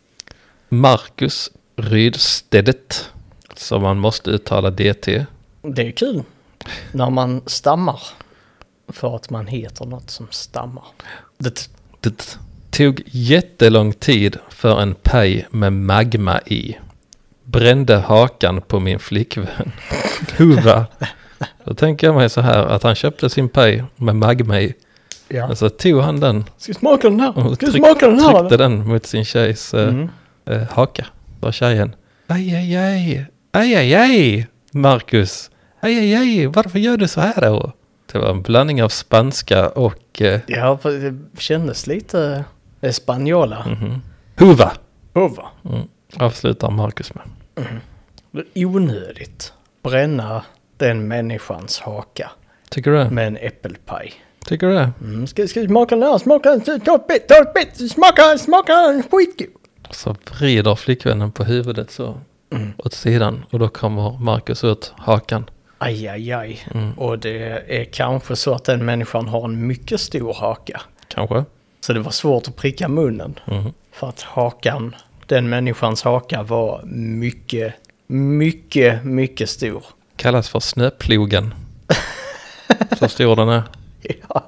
Marcus Rydstedet, som man måste uttala D T. Det är kul när man stammar för att man heter något som stammar. Det, Det tog jättelång tid för en paj med magma i. Brände hakan på min flickvän. Hurra! Då tänker jag mig så här att han köpte sin paj med magma i. ja. Och så tog han den Ska vi smaka den här? och Ska vi tryck, smaka den här? tryckte den mot sin tjejs eh, Mm. eh, haka. Då tjejen. Aj, aj, aj. Aj, aj, aj. Marcus. Aj, aj, aj. Varför gör du så här då? Det var en blandning av spanska och... Eh, Ja, för det kändes lite espanjola. mhm. Huva. Hova. Mm. Avslutar Marcus med. Det är onödigt. Bränna den människans haka Tycker du det? med en äppelpaj. Tycker du det? Mm. Ska, ska vi smaka den här? Smaka den. Ta ett bit, ta ett bit. Smaka, smaka den. Skitgod. Så vrider flickvännen på huvudet så Mm. åt sidan. Och då kommer Marcus ut hakan. Aj, aj, aj. Mm. Och det är kanske så att den människan har en mycket stor haka. Kanske. Så det var svårt att pricka munnen. Mm. För att hakan, den människans haka var mycket, mycket, mycket stor. Kallas för snöplogen. Så stor den är. Ja.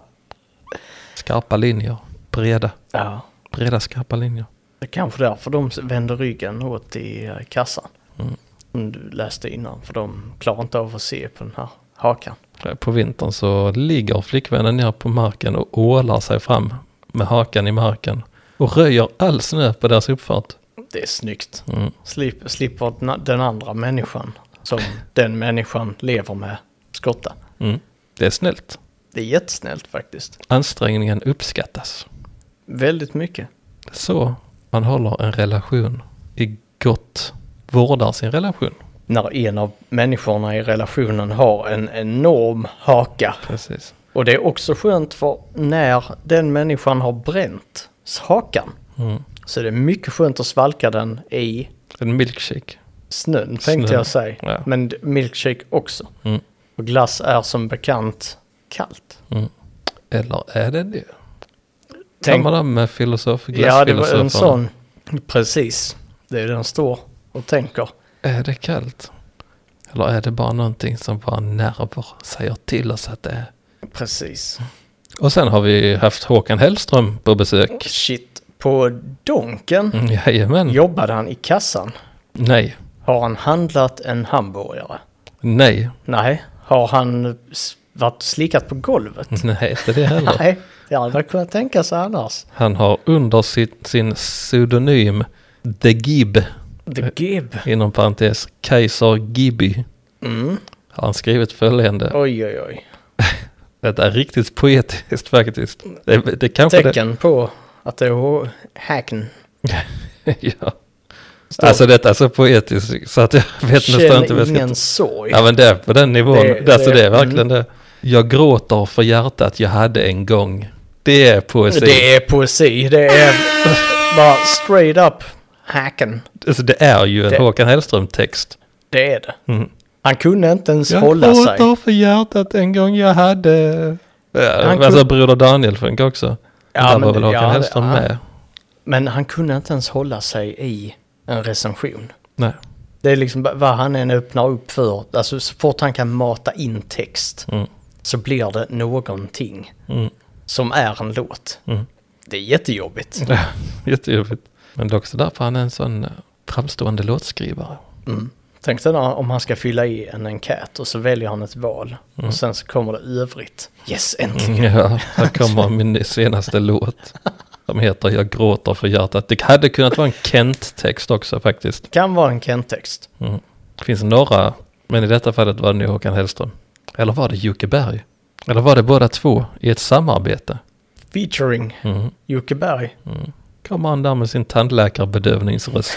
Skarpa linjer. Breda. Ja. Breda skarpa linjer. Det är kanske därför de vänder ryggen åt i eh, kassan. Mm. Som du läste innan. För de klarar inte av att se på den här hakan. På vintern så ligger flickvännen ner på marken och ålar sig fram med hakan i marken. Och röjer all snö på deras uppfart. Det är snyggt. Mm. Slip, slipper den- den andra människan som den människan lever med skotta. Mm. Det är snällt. Det är jättesnällt faktiskt. Ansträngningen uppskattas. Väldigt mycket. Så man håller en relation i gott. Vårdar sin relation. När en av människorna i relationen har en enorm haka. Precis. Och det är också skönt för när den människan har bränt hakan. Mm. Så det är mycket skönt att svalka den i En milkshake. snön tänkte Snön. jag säga. Ja. Men d- milkshake också. Mm. Och glass är som bekant kallt. Mm. Eller är det det? Tänk, Samma där med filosof, ja, det var en glassfilosoferna. sån. Precis. Det är den står och tänker. Är det kallt? Eller är det bara någonting som våra nerver säger till oss att det är? Precis. Och sen har vi haft Håkan Hellström på besök. Shit. På Donken Mm, jajamän. jobbade han i kassan. Nej. Har han handlat en hamburgare? Nej. Nej. Har han s- varit slickat på golvet? Nej, inte det heller. Nej. Det hade man kunnat tänka sig annars. Han har under sitt, sin pseudonym The Gib, The Gib. inom parentes Kaiser Gibi, Mm. har han skrivit följande. Oj, oj, oj. Det är riktigt poetiskt faktiskt. Det, det kanske Tecken på att det är hacken. det... ja. Står, Alltså detta är så poetiskt så att jag vet nästan inte vad känn jag ska... ingen sorg. Ja men det är på den nivån. Det- Det, alltså det- det är verkligen det. Jag gråter för hjärtat jag hade en gång. Det är poesi. Det är poesi. Det är bara straight up hacken. Alltså det är ju en Det- Håkan Hellström-text. Det är det. Mm. Han kunde inte ens Jag hålla sig. gråter för hjärtat en gång jag hade... Ja, Han alltså kunde- Broder Daniel funkar också. Ja, Där men var väl det- Håkan ja, det- Hellström ja. med. Men han kunde inte ens hålla sig i en recension. Nej. Det är liksom ba- vad han än öppnar upp för. Alltså så fort han kan mata in text Mm. så blir det någonting Mm. som är en låt. Mm. Det är jättejobbigt. Ja, jättejobbigt. Men det är också därför han är en sån eh, framstående låtskrivare. Mm. Tänk dig då om han ska fylla i en enkät och så väljer han ett val. Mm. Och sen så kommer det övrigt. Yes, äntligen. Ja, här kommer min senaste låt. Som heter Jag gråter för hjärtat. Det hade kunnat vara en Kent-text också faktiskt. Det kan vara en Kent-text. Mm. Det finns några, men i detta fallet var det nu Håkan Hellström. Eller var det Jocke Berg? Eller var det båda två i ett samarbete? Featuring Mm. Jocke Berg. Mm. Kommer han där med sin tandläkarbedövningsröst.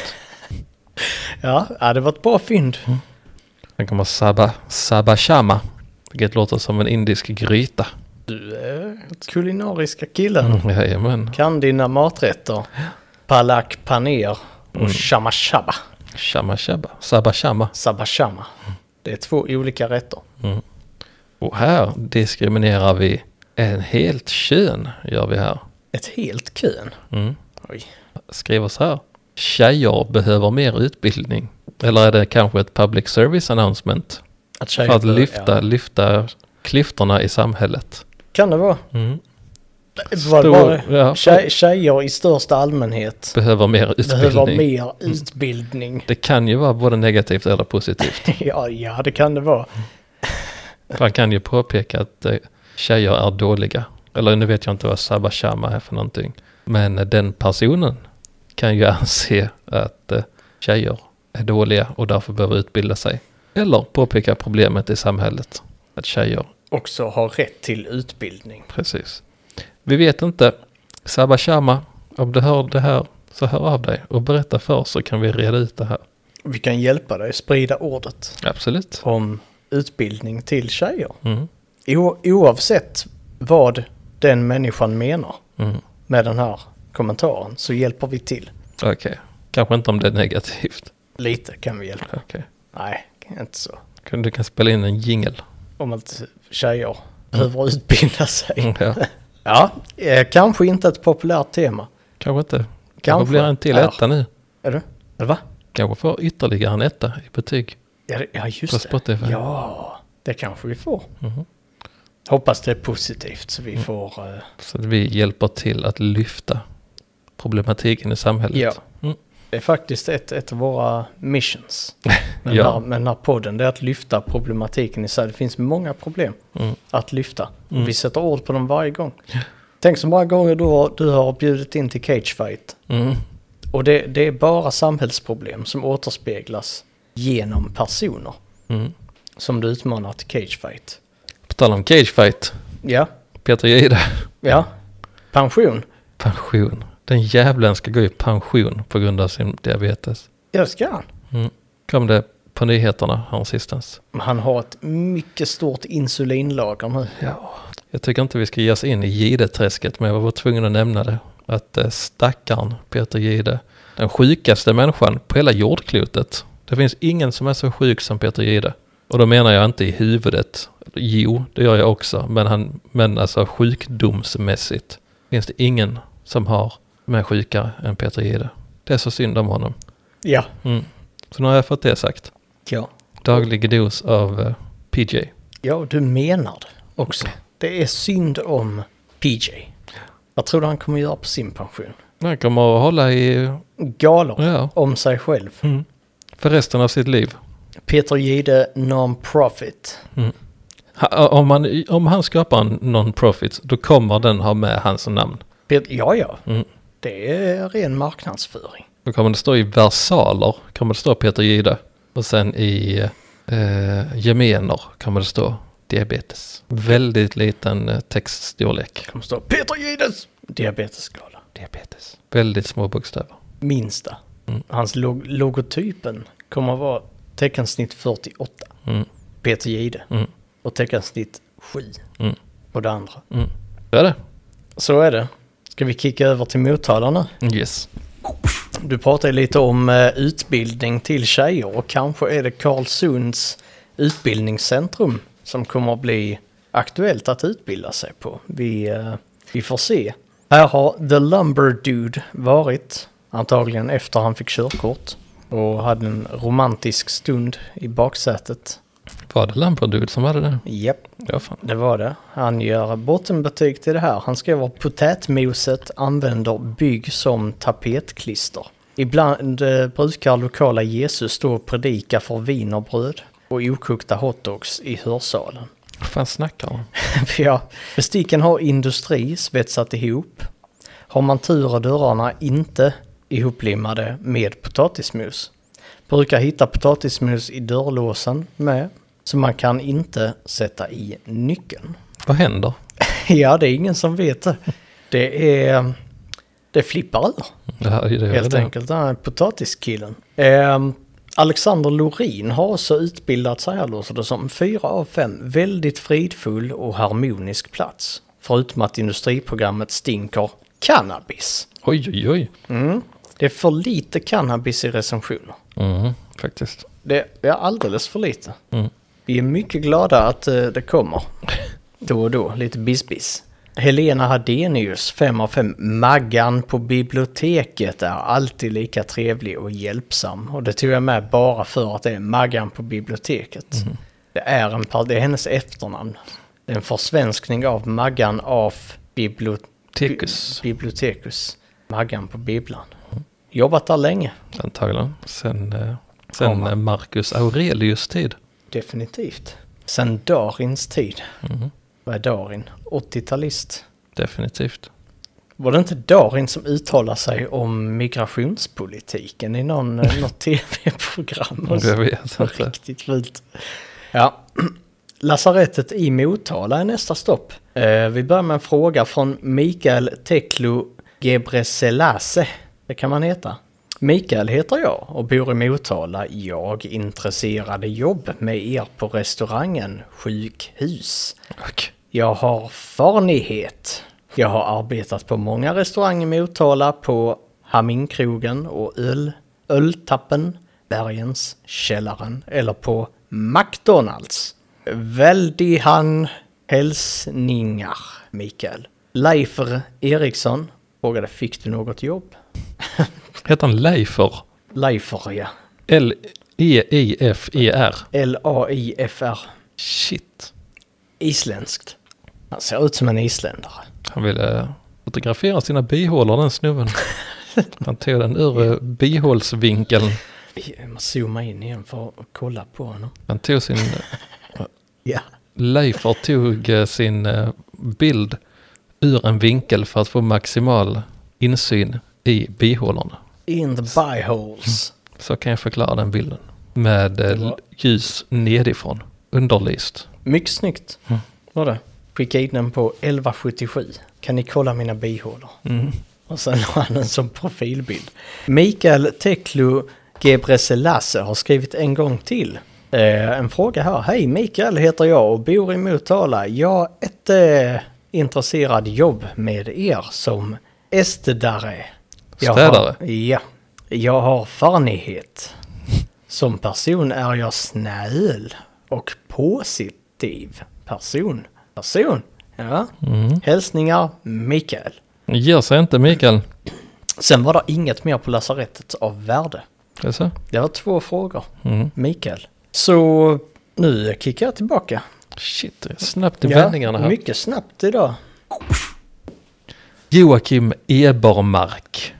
Ja, ja, det var ett bra fynd. Sen kommer Sabba, Sabba Shama. Vilket låter som en indisk gryta. Du är kulinariska killen. Mm, jajamän. Kan dina maträtter. Palak paner och Mm. shama shaba. Shama Shabba. Sabba Shama. Sabba shama. Det är två olika rätter. Mm. Och här diskriminerar vi en helt kön, gör vi här. Ett helt kön? Mm. Oj. Skriver så här. Tjejer behöver mer utbildning. Eller är det kanske ett public service announcement? Att För att lyfta, ja. lyfta klyftorna i samhället. Kan det vara? Mm. Var det bara Stor, ja, tjej, tjejer i största allmänhet behöver mer utbildning. behöver mer utbildning. Det kan ju vara både negativt eller positivt. ja, ja, det kan det vara. Man kan ju påpeka att eh, tjejer är dåliga. Eller nu vet jag inte vad Sabah Shama är för någonting. Men eh, den personen kan ju anse att eh, tjejer är dåliga och därför behöver utbilda sig. Eller påpeka problemet i samhället. Att tjejer Också har rätt till utbildning. Precis. Vi vet inte. Sabah Shama, om du hör det här så hör av dig och berätta för oss så kan vi reda ut det här. Vi kan hjälpa dig sprida ordet Absolut. om utbildning till tjejer. Mm. O- oavsett vad den människan menar Mm. med den här kommentaren så hjälper vi till. Okej. Okay. Kanske inte om det är negativt. Lite kan vi hjälpa. Okej. Okay. Nej, inte så. Du kan spela in en jingle. Om att tjejer behöver utbilda sig. Mm, ja. Ja, eh, kanske inte ett populärt tema. Kanske inte. Kanske, Kanske blir en till är. etta nu. Är det? Eller va? Kanske får ytterligare en etta i betyg. Ja, det- ja På just det. Spotify. Ja, det kanske vi får. Mhm. Hoppas det är positivt så vi Mm. får... eh, Så att vi hjälper till att lyfta problematiken i samhället. ja, Mm. det är faktiskt ett, ett av våra missions med, Ja. den här, med den här podden. Det är att lyfta problematiken i sig. Det finns många problem Mm. att lyfta. Mm. Vi sätter ord på dem varje gång. Tänk så många gånger du har, du har bjudit in till cagefight. Mm. Och det, det är bara samhällsproblem som återspeglas genom personer Mm. som du utmanar till cagefight. På tal om cagefight. Ja, Peter Jihde. ja. Pension. Pension. Den jävlen ska gå i pension på grund av sin diabetes. Ja, det ska han. Mm. Kom det på nyheterna här sistens. Han har ett mycket stort insulinlager nu. Ja. Jag tycker inte vi ska ge oss in i Jihde-träsket, men jag var tvungen att nämna det. Att eh, stackaren Peter Jihde, den sjukaste människan på hela jordklotet. Det finns ingen som är så sjuk som Peter Jihde. Och då menar jag inte i huvudet. Jo, det gör jag också. Men, han, men alltså sjukdomsmässigt finns det ingen som har mer sjukare än Peter Jihde. Det är så synd om honom. Ja. Mm. Så nu har jag fått det sagt. Ja. Daglig dos av uh, P J. Ja, du menar det också. Det är synd om P J. Vad tror du han kommer göra på sin pension? Han kommer att hålla i... Galor Ja. om sig själv. Mm. För resten av sitt liv. Peter Jihde non-profit. Mm. Ha, om, man, om han skapar en non-profit, då kommer den ha med hans namn. Pet- ja, ja. Mm. Det är ren marknadsföring. Då kommer det stå i versaler, kommer det stå Peter Jihde. Och sen i eh, gemener kommer det stå diabetes. Väldigt liten eh, textstorlek. Det kommer stå Peter Jihdes diabetesskala. Diabetes. Väldigt små bokstäver. Minsta. Mm. Hans log- logotypen kommer att vara teckensnitt fyrtioåtta. Mm. Peter Jihde. Mm. Och teckensnitt sju. Mm. Och det andra. Mm. Det är det. Så är det. Ska vi kicka över till Motala nu? Yes. Du pratade lite om eh, utbildning till tjejer och kanske är det Karlsunds utbildningscentrum som kommer att bli aktuellt att utbilda sig på. Vi, eh, vi får se. Här har The Lumber Dude varit, antagligen efter han fick körkort och hade en romantisk stund i baksätet. Var det Lamperdude som hade det? Japp, Ja, fan. det var det. Han gör bottenbetyg till det här. Han skriver att potätmoset använder bygg som tapetklister. Ibland eh, brukar lokala Jesus stå och predika för wienerbröd och okokta hotdogs i hörsalen. Vad fan snackar han? Ja, besticken har industri svetsat ihop. Har man tur och dörrarna inte ihoplimmade med potatismos. Brukar hitta potatismos i dörrlåsen med, så man kan inte sätta i nyckeln. Vad händer? Ja, det är ingen som vet det. Det är... Det flippar ur, Ja, det är helt det. enkelt. Den här potatiskillen. Eh, Alexander Lorin har också utbildat sig här, låter det som. Fyra av fem. Väldigt fridfull och harmonisk plats. Förutom att industriprogrammet stinker cannabis. Oj, oj, oj. Mm. Det är för lite cannabis i recensioner. Mm, faktiskt. Det är alldeles för lite. Mm. Vi är mycket glada att eh, det kommer. Då och då, lite bisbis. Helena Hadenius, fem av fem. Maggan på biblioteket är alltid lika trevlig och hjälpsam. Och det tog jag med bara för att det är Maggan på biblioteket. Mm. Det, är en, det är hennes efternamn. Det är en försvenskning av Maggan av bibliotekus. Bi, bibliotekus. Maggan på bibblan. Mm. Jobbat där länge. Antagligen. Sen, sen ja, Marcus Aurelius tid. Definitivt. Sen Darins tid. Mm. Vad är Darin? åttiotalist. Definitivt. Var det inte Darin som uttalade sig om migrationspolitiken i någon, något tv-program? Jag vet inte. Riktigt fult. Ja. Lasarettet i Motala är nästa stopp. Eh, vi börjar med en fråga från Mikael Teklu Gebreselassie. Det kan man heta. Mikael heter jag och bor i Motala. Jag intresserade jobb med er på restaurangen Sjukhus. Okay. Jag har farnighet. Jag har arbetat på många restauranger i Motala, på Hamingkrogen och öl, Öltappen, Bergens, Källaren eller på McDonalds. Väldihan hälsningar, Mikael. Leifer Eriksson frågade, fick du något jobb? Heter han Leifer? Leifer, ja. L E I F E R. L A I F R. Shit. Isländskt. Han ser ut som en isländare. Han ville fotografera sina bihålor, den snubben. Han tog den ur bihålsvinkeln. Jag måste zooma in igen för att kolla på honom. Han tog sin... ja. Leifer tog sin bild ur en vinkel för att få maximal insyn i bihålorna. In the biholes. Mm. Så kan jag förklara den bilden. Med ja. ljus nedifrån. Underlyst. Mycket snyggt. Mm. Var det? Skicka in den på elva sjuttiosju. Kan ni kolla mina bihålor? Mm. Och sen har han en som profilbild. Mikael Teklu Gebreselassie har skrivit en gång till. Eh, en fråga här. Hej, Mikael heter jag och bor i Motala. Jag är ett eh, intresserad jobb med er som estedare. Städare? Har, ja. Jag har farnighet. Som person är jag snäll och positiv person. Person. Ja. Mm. Hälsningar, Mikael. Ger sig inte, Mikael. Sen var det inget mer på lasarettet av värde. Det är så? Det var två frågor, mm. Mikael. Så nu kickar jag tillbaka. Shit, snabbt i ja, vändningarna här. Mycket snabbt idag. Joakim Ebermark.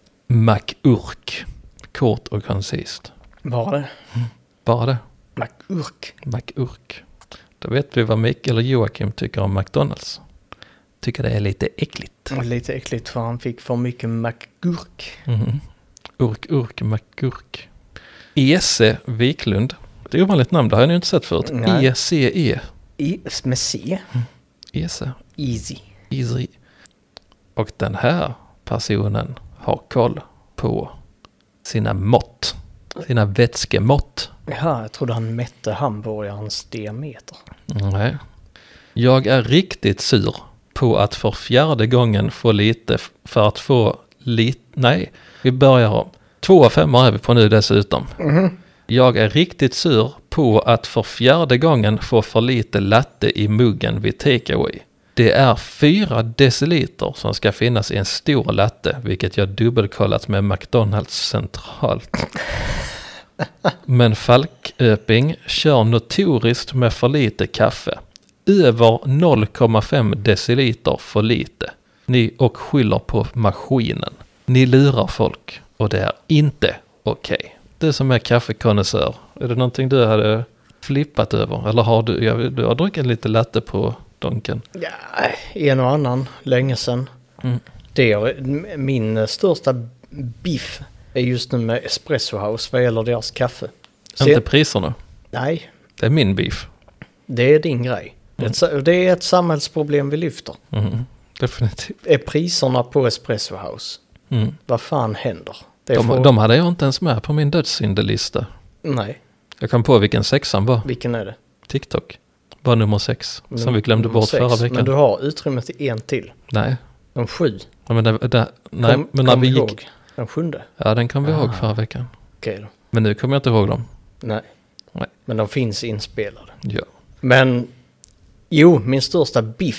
MacUrk. Kort och koncist. Bara det? Mm. Bara det. MacUrk. MacUrk. Då vet vi vad Mikael och Joakim tycker om McDonalds. Tycker det är lite äckligt. Lite äckligt för han fick för mycket MacUrk. Mm. Urk, urk, MacUrk. Ese Wiklund. Det är ett ovanligt namn, det har jag nog inte sett förut. E C E. I, med C? Mm. Ese. Easy. Easy. Och den här personen har koll på sina mått. Sina vätskemått. Ja, jag trodde han mätte hamburgarens diameter. Nej. Jag är riktigt sur på att för fjärde gången få lite för att få lite... Nej, vi börjar om. Två av fem är vi på nu dessutom. Mm. Jag är riktigt sur på att för fjärde gången få för lite latte i muggen vid takeaway. Det är fyra deciliter som ska finnas i en stor latte, vilket jag dubbelkollat med McDonalds centralt. Men Falköping kör notoriskt med för lite kaffe. Över noll komma fem deciliter för lite. Ni och skyller på maskinen. Ni lurar folk och det är inte okej. Okay. Du som är kaffekonnässör, är det någonting du hade flippat över? Eller har du, ja, du har druckit lite latte på donken? Ja, en och annan, länge sedan. Mm. Det är min största biff är just nu med Espresso House vad gäller deras kaffe. Sen, inte priserna? Nej. Det är min biff. Det är din grej. Mm. Det, är ett, det är ett samhällsproblem vi lyfter. Mm. Definitivt. Är priserna på Espresso House. Mm. Vad fan händer? De, för... de hade jag inte ens med på min dödssyndelista. Nej. Jag kom på vilken sexan var. Vilken är det? TikTok. Var nummer sex. Num- som vi glömde bort sex, förra veckan. Men du har utrymme till en till. Nej. De sju. Ja, men det, det, nej, kom, men när kom vi gick... ihåg. Den sjunde? Ja, den kom vi ah. ihåg förra veckan. Okej okay då. Men nu kommer jag inte ihåg dem. Nej. Nej. Men de finns inspelade. Ja. Men, jo, min största biff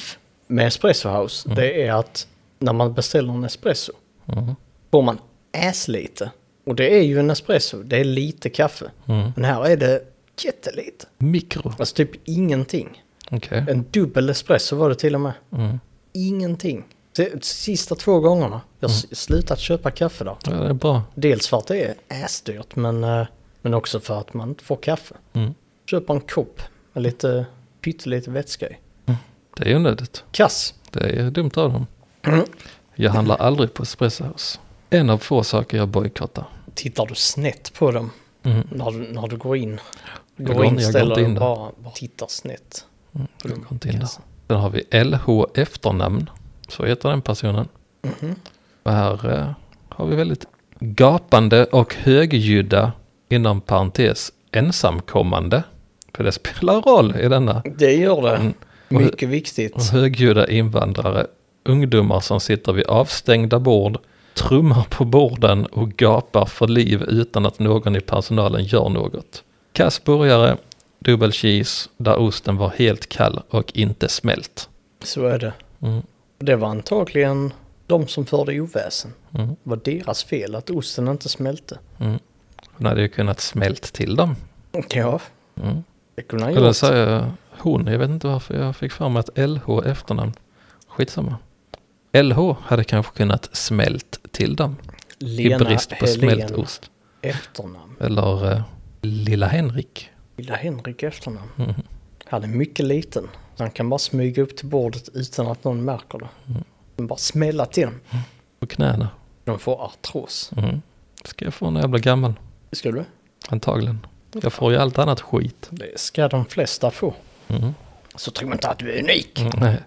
med Espresso House, Mm. det är att när man beställer en espresso Mm. får man äs lite. Och det är ju en espresso, det är lite kaffe. Mm. Men här är det jättelite. Mikro. Alltså typ ingenting. Okej. En dubbel espresso var det till och med. Mm. Ingenting. Så, sista två gångerna. Jag har mm. slutat köpa kaffe då. Ja, det är bra. Dels för att det är äsdyrt men, eh, men också för att man inte får kaffe. Mm. Köper en kopp med lite pyttelite vätska i. Det är ju onödigt. Kass. Det är dumt av dem. Mm. Jag handlar aldrig på Espresso House. En av få saker jag bojkottar. Tittar du snett på dem Mm. när, du, när du går in? Jag Går går in, inte- jag går ställer inte in och där. bara, bara tittar snett. Mm. på Jag dem. går inte in där. Kassen. Sen har vi L H efternamn. Så heter den personen. Mhm. Och här eh, har vi väldigt gapande och högljudda, inom parentes, ensamkommande. För det spelar roll i denna. Det gör det. Mm. Mycket viktigt. Och högljudda invandrare, ungdomar som sitter vid avstängda bord, trummar på borden och gapar för liv utan att någon i personalen gör något. Kass burgare, dubbel cheese, där osten var helt kall och inte smält. Så är det. Mm. Det var antagligen de som förde oväsen. Mm. Det var deras fel att osten inte smälte. Mm. Hon hade ju kunnat smält till dem. Ja, Mm. det kunde han Eller gjort. säger jag hon, jag vet inte varför jag fick för mig att L H efternamn. Skitsamma. L H hade kanske kunnat smält till dem. Lena I brist på Helén smält ost. efternamn. Eller eh, Lilla Henrik. Lilla Henrik efternamn. Mm. Han är mycket liten. Han kan bara smyga upp till bordet utan att någon märker det. Mm. Men bara smälla till dem. På knäna. De får artros. Mm. Ska jag få när jag blir gammal? Ska du? Antagligen. Jag får ju allt annat skit. Det ska de flesta få. Mm. Så tror inte att du är unik. Mm. Nej.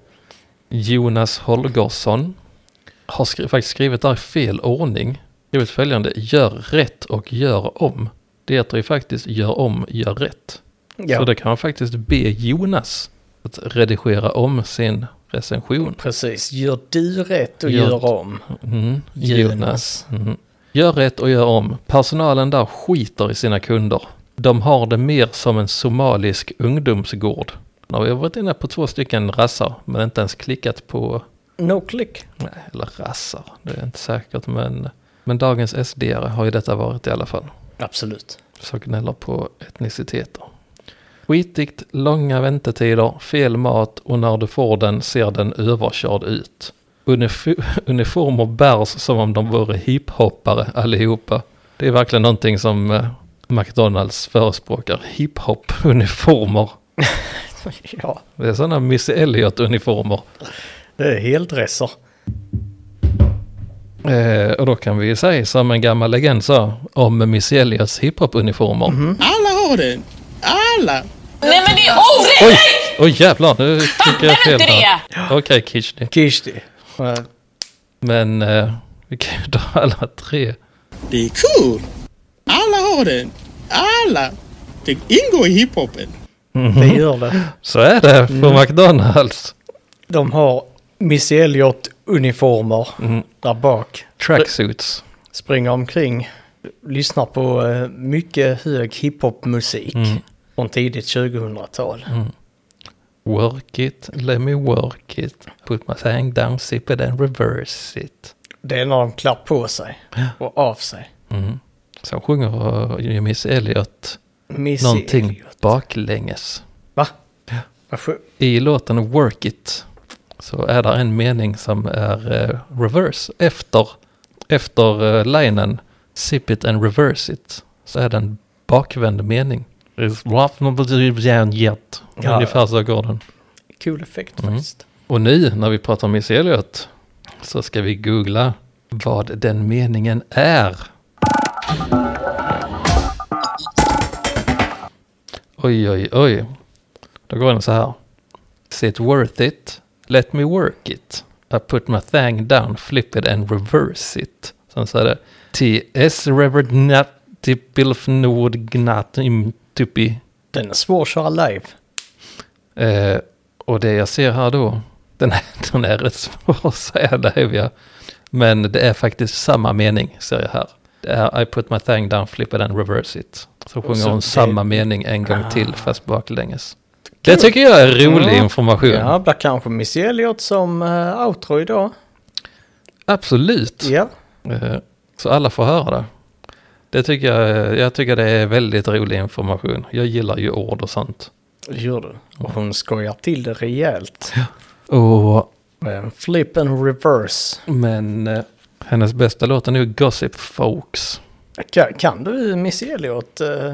Jonas Holgersson har skri- faktiskt skrivit där i fel ordning. Skrivit följande: gör rätt och gör om. Det heter ju faktiskt gör om, gör rätt. Ja, Så det kan man faktiskt be Jonas att redigera om sin recension. precis. Gör du rätt och Gör- gör om. Mm. Jonas. Jonas. Mm. Gör rätt och gör om. Personalen där skiter i sina kunder. De har det mer som en somalisk ungdomsgård. Nu har vi varit inne på två stycken rassar, men inte ens klickat på, No click. nej, eller rassar, det är inte säkert, men, men dagens S D-are har ju detta varit i alla fall. Absolut. Så gnäller på etniciteter. Skitigt, långa väntetider, fel mat och när du får den ser den överkörd ut. Unif- uniformer bärs som om de vore hiphoppare allihopa. Det är verkligen någonting som eh, McDonalds förespråkar. Hiphop-uniformer. Ja, Det är sådana Missy Elliott-uniformer. det är heldresser. Eh, och då kan vi ju säga som en gammal legend sa om Missy Elliots hiphop-uniformer. Alla har den. Alla. Nej men det är Oj, orimligt! oj jävlar, nu tycker jag fel inte här. det! Okej, Kishti. Kishti. Eh, Men eh, vi kan ju ta alla tre. Det är cool. Alla har den. Alla. Det ingår i hiphopen. Det gör det. Så är det för McDonalds. De har Missy Elliott-uniformer Mm. där bak. Tracksuits. Springer omkring. Lyssnar på eh, mycket hög hiphop-musik Mm. från tidigt tjugohundratal. Work it, let me work it. Put my thing down, sip it and reverse it. Det är när de klär på sig och av sig. Mm. Så sjunger uh, Missy Elliott Missy någonting Elliott. baklänges. Va? Vad skönt. I låten Work It så är det en mening som är uh, reverse. Efter, efter uh, linen Sip it and reverse it så är det en bakvänd mening. Ja. Ungefär så går den. Cool effekt Mm. faktiskt. Och nu när vi pratar om Missy Elliott så ska vi googla vad den meningen är. Oj, oj, oj. Då går den så här. Is it worth it? Let me work it. I put my thing down, flip it and reverse it. Sen så är det T S revered nat tipilf nord gnat im tupi. Den är svår att köra live. Eh, och det jag ser här då, den är, den är rätt svår att säga live, ja. Men det är faktiskt samma mening, ser jag här. Det är I put my thing down, flip it and reverse it. Så sjunger så hon det- samma mening en gång Ah. till, fast baklänges. Det tycker jag är rolig Ja. information. Ja, blir kanske Missy Elliott som uh, outro idag. Absolut. Ja. Eh, Så alla får höra det. Det tycker jag, jag tycker det är väldigt rolig information. Jag gillar ju ord och sånt. Det gör du. Och hon skojar till det rejält. Och, En flip and reverse. men eh, hennes bästa låt är nu Gossip Folks. Kan, kan du Missy Elliott? Uh,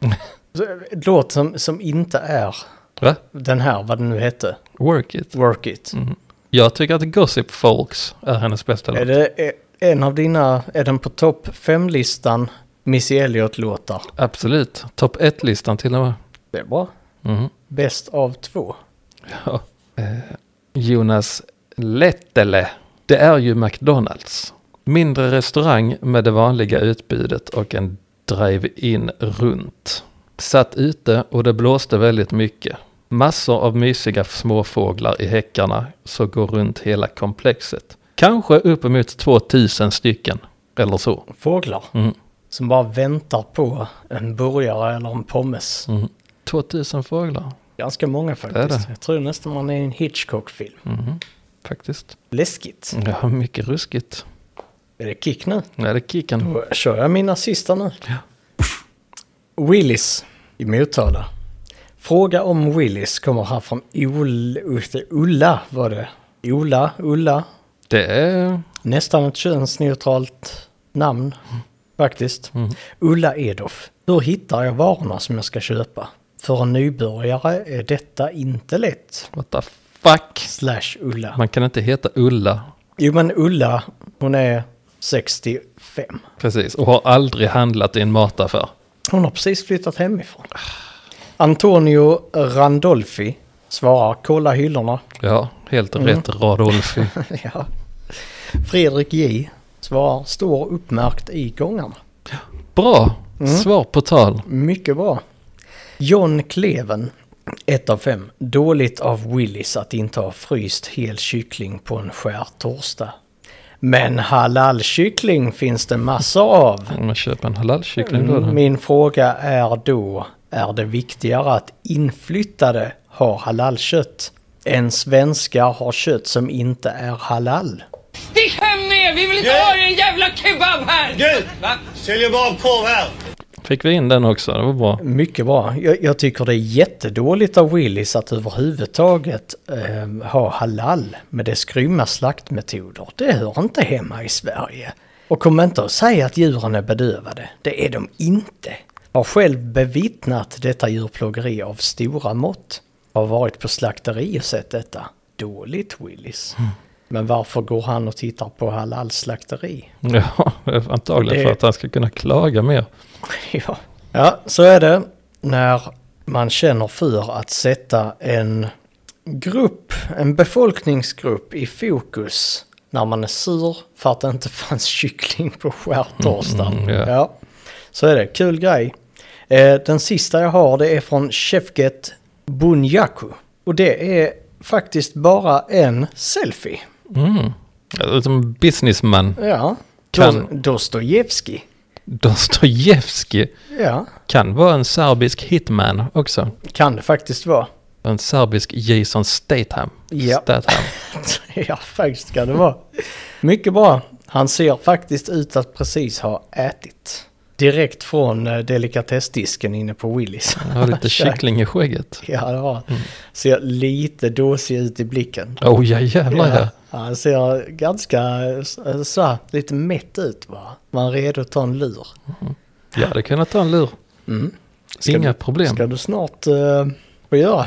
låt som, som inte är Va? den här, vad den nu hette. Work It. Work It. Mm. Jag tycker att Gossip Folks är hennes bästa låt. Är det en av dina, är den på topp fem-listan Missy Elliott-låtar? Absolut. Topp ett-listan till och med. Det är bra. Mm. Bäst av två. Ja. Eh, Jonas Lettele. Det är ju McDonalds. Mindre restaurang med det vanliga utbudet och en drive-in runt. Satt ute och det blåste väldigt mycket. Massor av mysiga småfåglar i häckarna så går runt hela komplexet. Kanske uppemot tvåtusen stycken eller så. Fåglar Mm. som bara väntar på en burgare eller en pommes. Mm. tvåtusen fåglar. Ganska många Det är faktiskt. det. Jag tror nästan man är i en Hitchcock-film. Mm. Faktiskt. Läskigt. Ja, mycket ruskigt. Är det kick nu? Ja, det är kicken. Då kör jag mina sista nu. Ja. Willys i Motala. Fråga om Willys kommer här från Ola, Ulla var det. Ola, Ulla. Det är... Nästan ett könsneutralt namn faktiskt. Mm. Ulla Edoff. Hur hittar jag varorna som jag ska köpa? För en nybörjare är detta inte lätt. What the fuck? Slash Ulla. Man kan inte heta Ulla. Jo men Ulla, hon är sextiofem. Precis. Och har aldrig handlat i en mataffär. Hon har precis flyttat hemifrån. Antonio Randolfi svarar kolla hyllorna. Ja, helt Mm. rätt Radolfi. Ja. Fredrik J svarar står uppmärkt i gångarna. Bra. Mm. Svar på tal. Mycket bra. John Kleven, ett av fem. Dåligt av Willys att inte ha fryst hel kyckling på en skärtorsdag. Men halalkyckling finns det massor av. Om man köper en halalkyckling då. då. Min fråga är då, är det viktigare att inflyttade har halalkött än svenskar har kött som inte är halal? Stick hem med er! Vi vill inte ha en jävla kebab här! Du! Va? Säljer bara korv här! Fick vi in den också, det var bra. Mycket bra. Jag, jag tycker det är jättedåligt av Willys att överhuvudtaget eh, ha halal med dess grymma slaktmetoder. Det hör inte hemma i Sverige. Och kom inte att säga att djuren är bedövade. Det är de inte. Har själv bevittnat detta djurplågeri av stora mått. Har varit på slakteri och sett detta. Dåligt Willys. Mm. Men varför går han och tittar på halal-slakteri? Ja, antagligen Det- för att han ska kunna klaga mer. Ja. ja, så är det när man känner för att sätta en grupp, en befolkningsgrupp i fokus när man är sur för att det inte fanns kyckling på skärtorsdagen. Mm, ja. Ja, så är det. Kul grej. Eh, den sista jag har det är från Shefket Bunyaku. Och det är faktiskt bara en selfie. Mm. Ja, som businessman. Ja, Kan- Dostojevskij. Dostojevskij Ja, kan vara en serbisk hitman också. kan det faktiskt vara. En serbisk Jason Statham. Ja. Statham. Ja, faktiskt ska det vara. Mycket bra. Han ser faktiskt ut att precis ha ätit. Direkt från eh, delikatessdisken inne på Willys. Han har lite kyckling i skägget. Ja, det var. Ser lite dåsig ut i blicken. Oh ja, jävlar ja. Ja, han ser ganska eh, så här, lite mätt ut va. Man är redo att ta en lur. Jag hade kunnat ta en lur. Mm. Ska Inga du, problem. Ska du snart uh, få göra?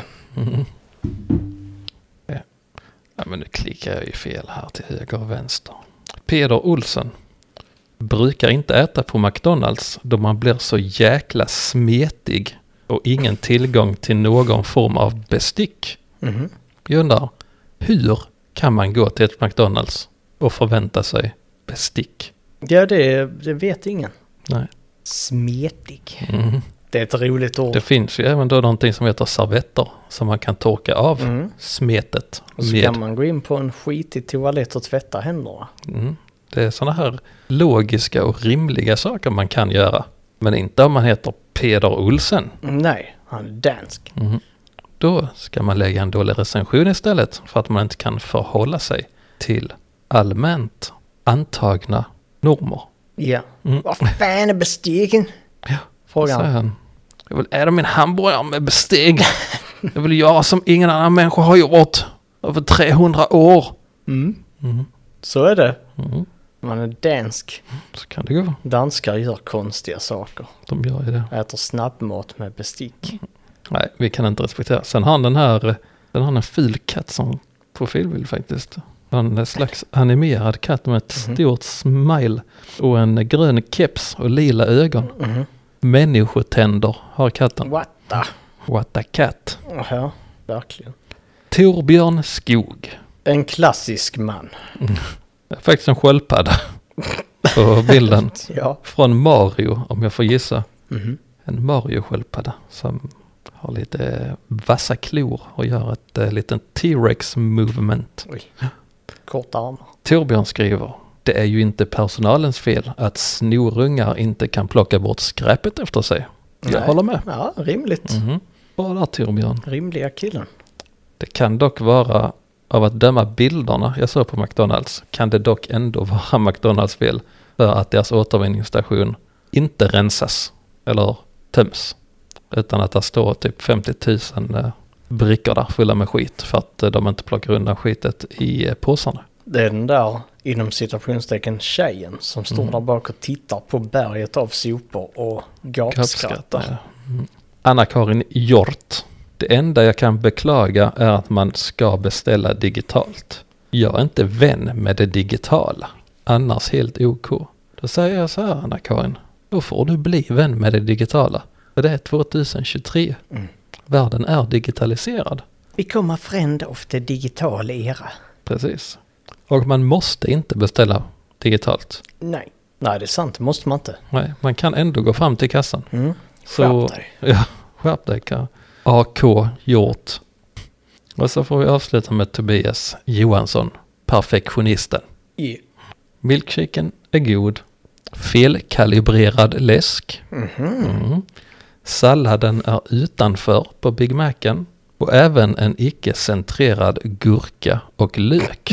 Ja, men nu klickar jag ju fel här till höger och vänster. Peder Olsson brukar inte äta på McDonalds då man blir så jäkla smetig och ingen tillgång till någon form av bestick. Mhm. Jag undrar, hur kan man gå till ett McDonalds och förvänta sig bestick? Ja, det, det vet ingen. Nej. Smetig. Mm. Det är ett roligt ord. Det finns ju även då någonting som heter servetter som man kan torka av Mm. smetet Och så med. kan man gå in på en skitig toalett och tvätta händerna. Mm. Det är sådana här logiska och rimliga saker man kan göra. Men inte om man heter Peder Olsen. Nej, han är dansk. Mm. då ska man lägga en dålig recension istället för att man inte kan förhålla sig till allmänt antagna normer. Ja. Mm. Vad fan är bestigen? Ja, Frågan. säger han. Jag vill äta min hamburgare med besteg. Jag vill göra som ingen annan människa har gjort över trehundra år. Mm. Mm. Så är det. Mm. Man är dansk. Så kan det gå. Danskar gör konstiga saker. De gör ju det. Äter snabbmat med bestick. Nej, vi kan inte respektera. Sen har han den här, den har en ful katt som profilbild faktiskt. En slags animerad katt med ett Mm-hmm. stort smile och en grön keps och lila ögon. Mm. Människotänder har katten. What the? What a cat. Ja, verkligen. Torbjörn Skog. En klassisk man. Faktiskt en sköldpadda på bilden. Ja. Från Mario, om jag får gissa. Mhm. En Mario-sköldpadda som har lite vassa klor och gör ett äh, litet T-Rex movement. Oj. Korta armar. Torbjörn skriver: det är ju inte personalens fel att snorungar inte kan plocka bort skräpet efter sig. Jag Nej. håller med. Ja, rimligt. Mhm. Bra där Torbjörn. Rimliga killen. Det kan dock vara, av att döma bilderna jag såg på McDonalds, kan det dock ändå vara McDonalds fel för att deras återvinningsstation inte rensas eller töms. Utan att det står typ femtio tusen eh, brickor där fulla med skit för att eh, de inte plockar undan skitet i eh, påsarna. Det är den där, inom citationstecken, tjejen som står Mm. där bak och tittar på berget av sopor och gapskrattar. Mm. Anna-Karin Hjort. Det enda jag kan beklaga är att man ska beställa digitalt. Jag är inte vän med det digitala. Annars helt OK. Då säger jag så här, Anna-Karin. Då får du bli vän med det digitala. För det är tjugohundratjugotre. Mm. Världen är digitaliserad. Vi kommer friend of the digital era. Precis. Och man måste inte beställa digitalt. Nej. Nej, det är sant. Det måste man inte. Nej, man kan ändå gå fram till kassan. Mm. Så, Skärp dig. ja, skärp dig. Ka. A K Hjort. Och så får vi avsluta med Tobias Johansson, perfektionisten. Yeah. Milkshaken är god. Felkalibrerad läsk. Mhm. Mm. Salladen är utanför på Big Macen. Och även en icke-centrerad gurka och lök.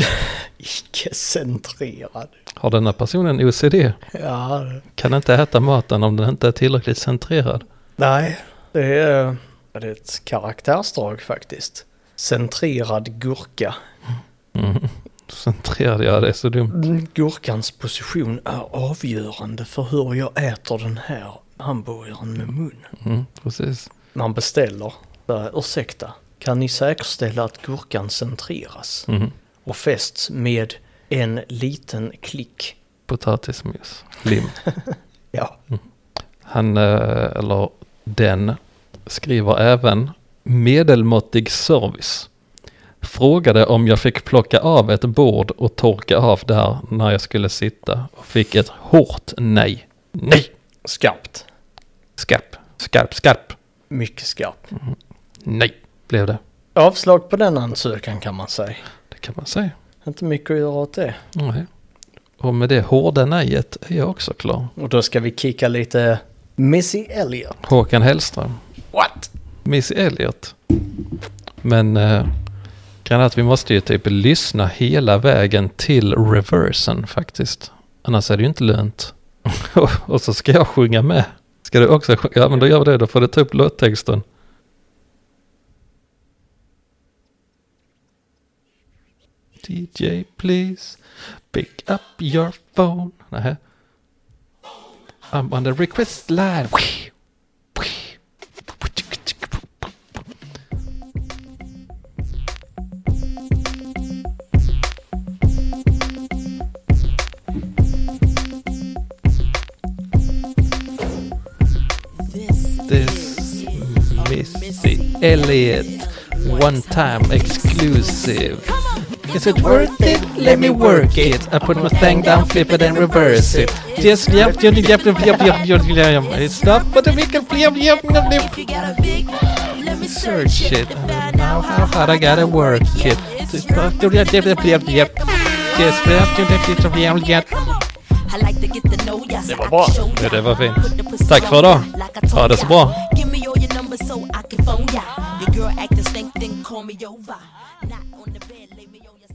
Icke-centrerad. Har denna personen O C D? Ja. det- Kan inte äta maten om den inte är tillräckligt centrerad. Nej, det är, det är ett karaktärsdrag faktiskt. Centrerad gurka. Mm. Centrerad, ja det är så dumt. Mm, Gurkans position är avgörande för hur jag äter den här hamburgaren med mun. Mm, precis. Man beställer, uh, ursäkta, kan ni säkerställa att gurkan centreras Mm. och fästs med en liten klick? Potatismos. Lim. Ja. Han, eh, eller den, skriver även medelmåttig service. Frågade om jag fick plocka av ett bord och torka av där när jag skulle sitta och fick ett hårt nej. Nej! Skarpt. Skarp, skarp, skarp. Mycket skarpt. Nej, blev det. Avslag på den ansökan kan man säga. Det kan man säga. Inte mycket att göra åt det. Nej. Och med det hårda nejet är jag också klar. Och då ska vi kicka lite Missy Elliott. Håkan Hellström. What? Missy Elliott. Men eh, kan att vi måste ju typ lyssna hela vägen till reversen faktiskt. Annars är det ju inte lönt. Och så ska jag sjunga med. Ska du också sjunga? Ja men då gör vi det. Då får du ta upp låttexten. D J please pick up your phone. Nähä. I'm on the request line. This Missy Elliott one time exclusive. Is it worth it? Let me work it. I put my thing down, flip it and reverse it. Just yep, yep, yep, yep, yep, yep, yep, yep. It's not but we can flip, yep, yep, yep. Search it. Now how hard I gotta work it. Just yep, yep, yep, yep, yep. Just yep, yep, yep, yep, yep. Det var bra. Ja, det var fint. Tack för idag. Ha det så bra. Give me all your numbers so I can phone ya. Your girl acting stank then call me over. Not on the bed, lay me on your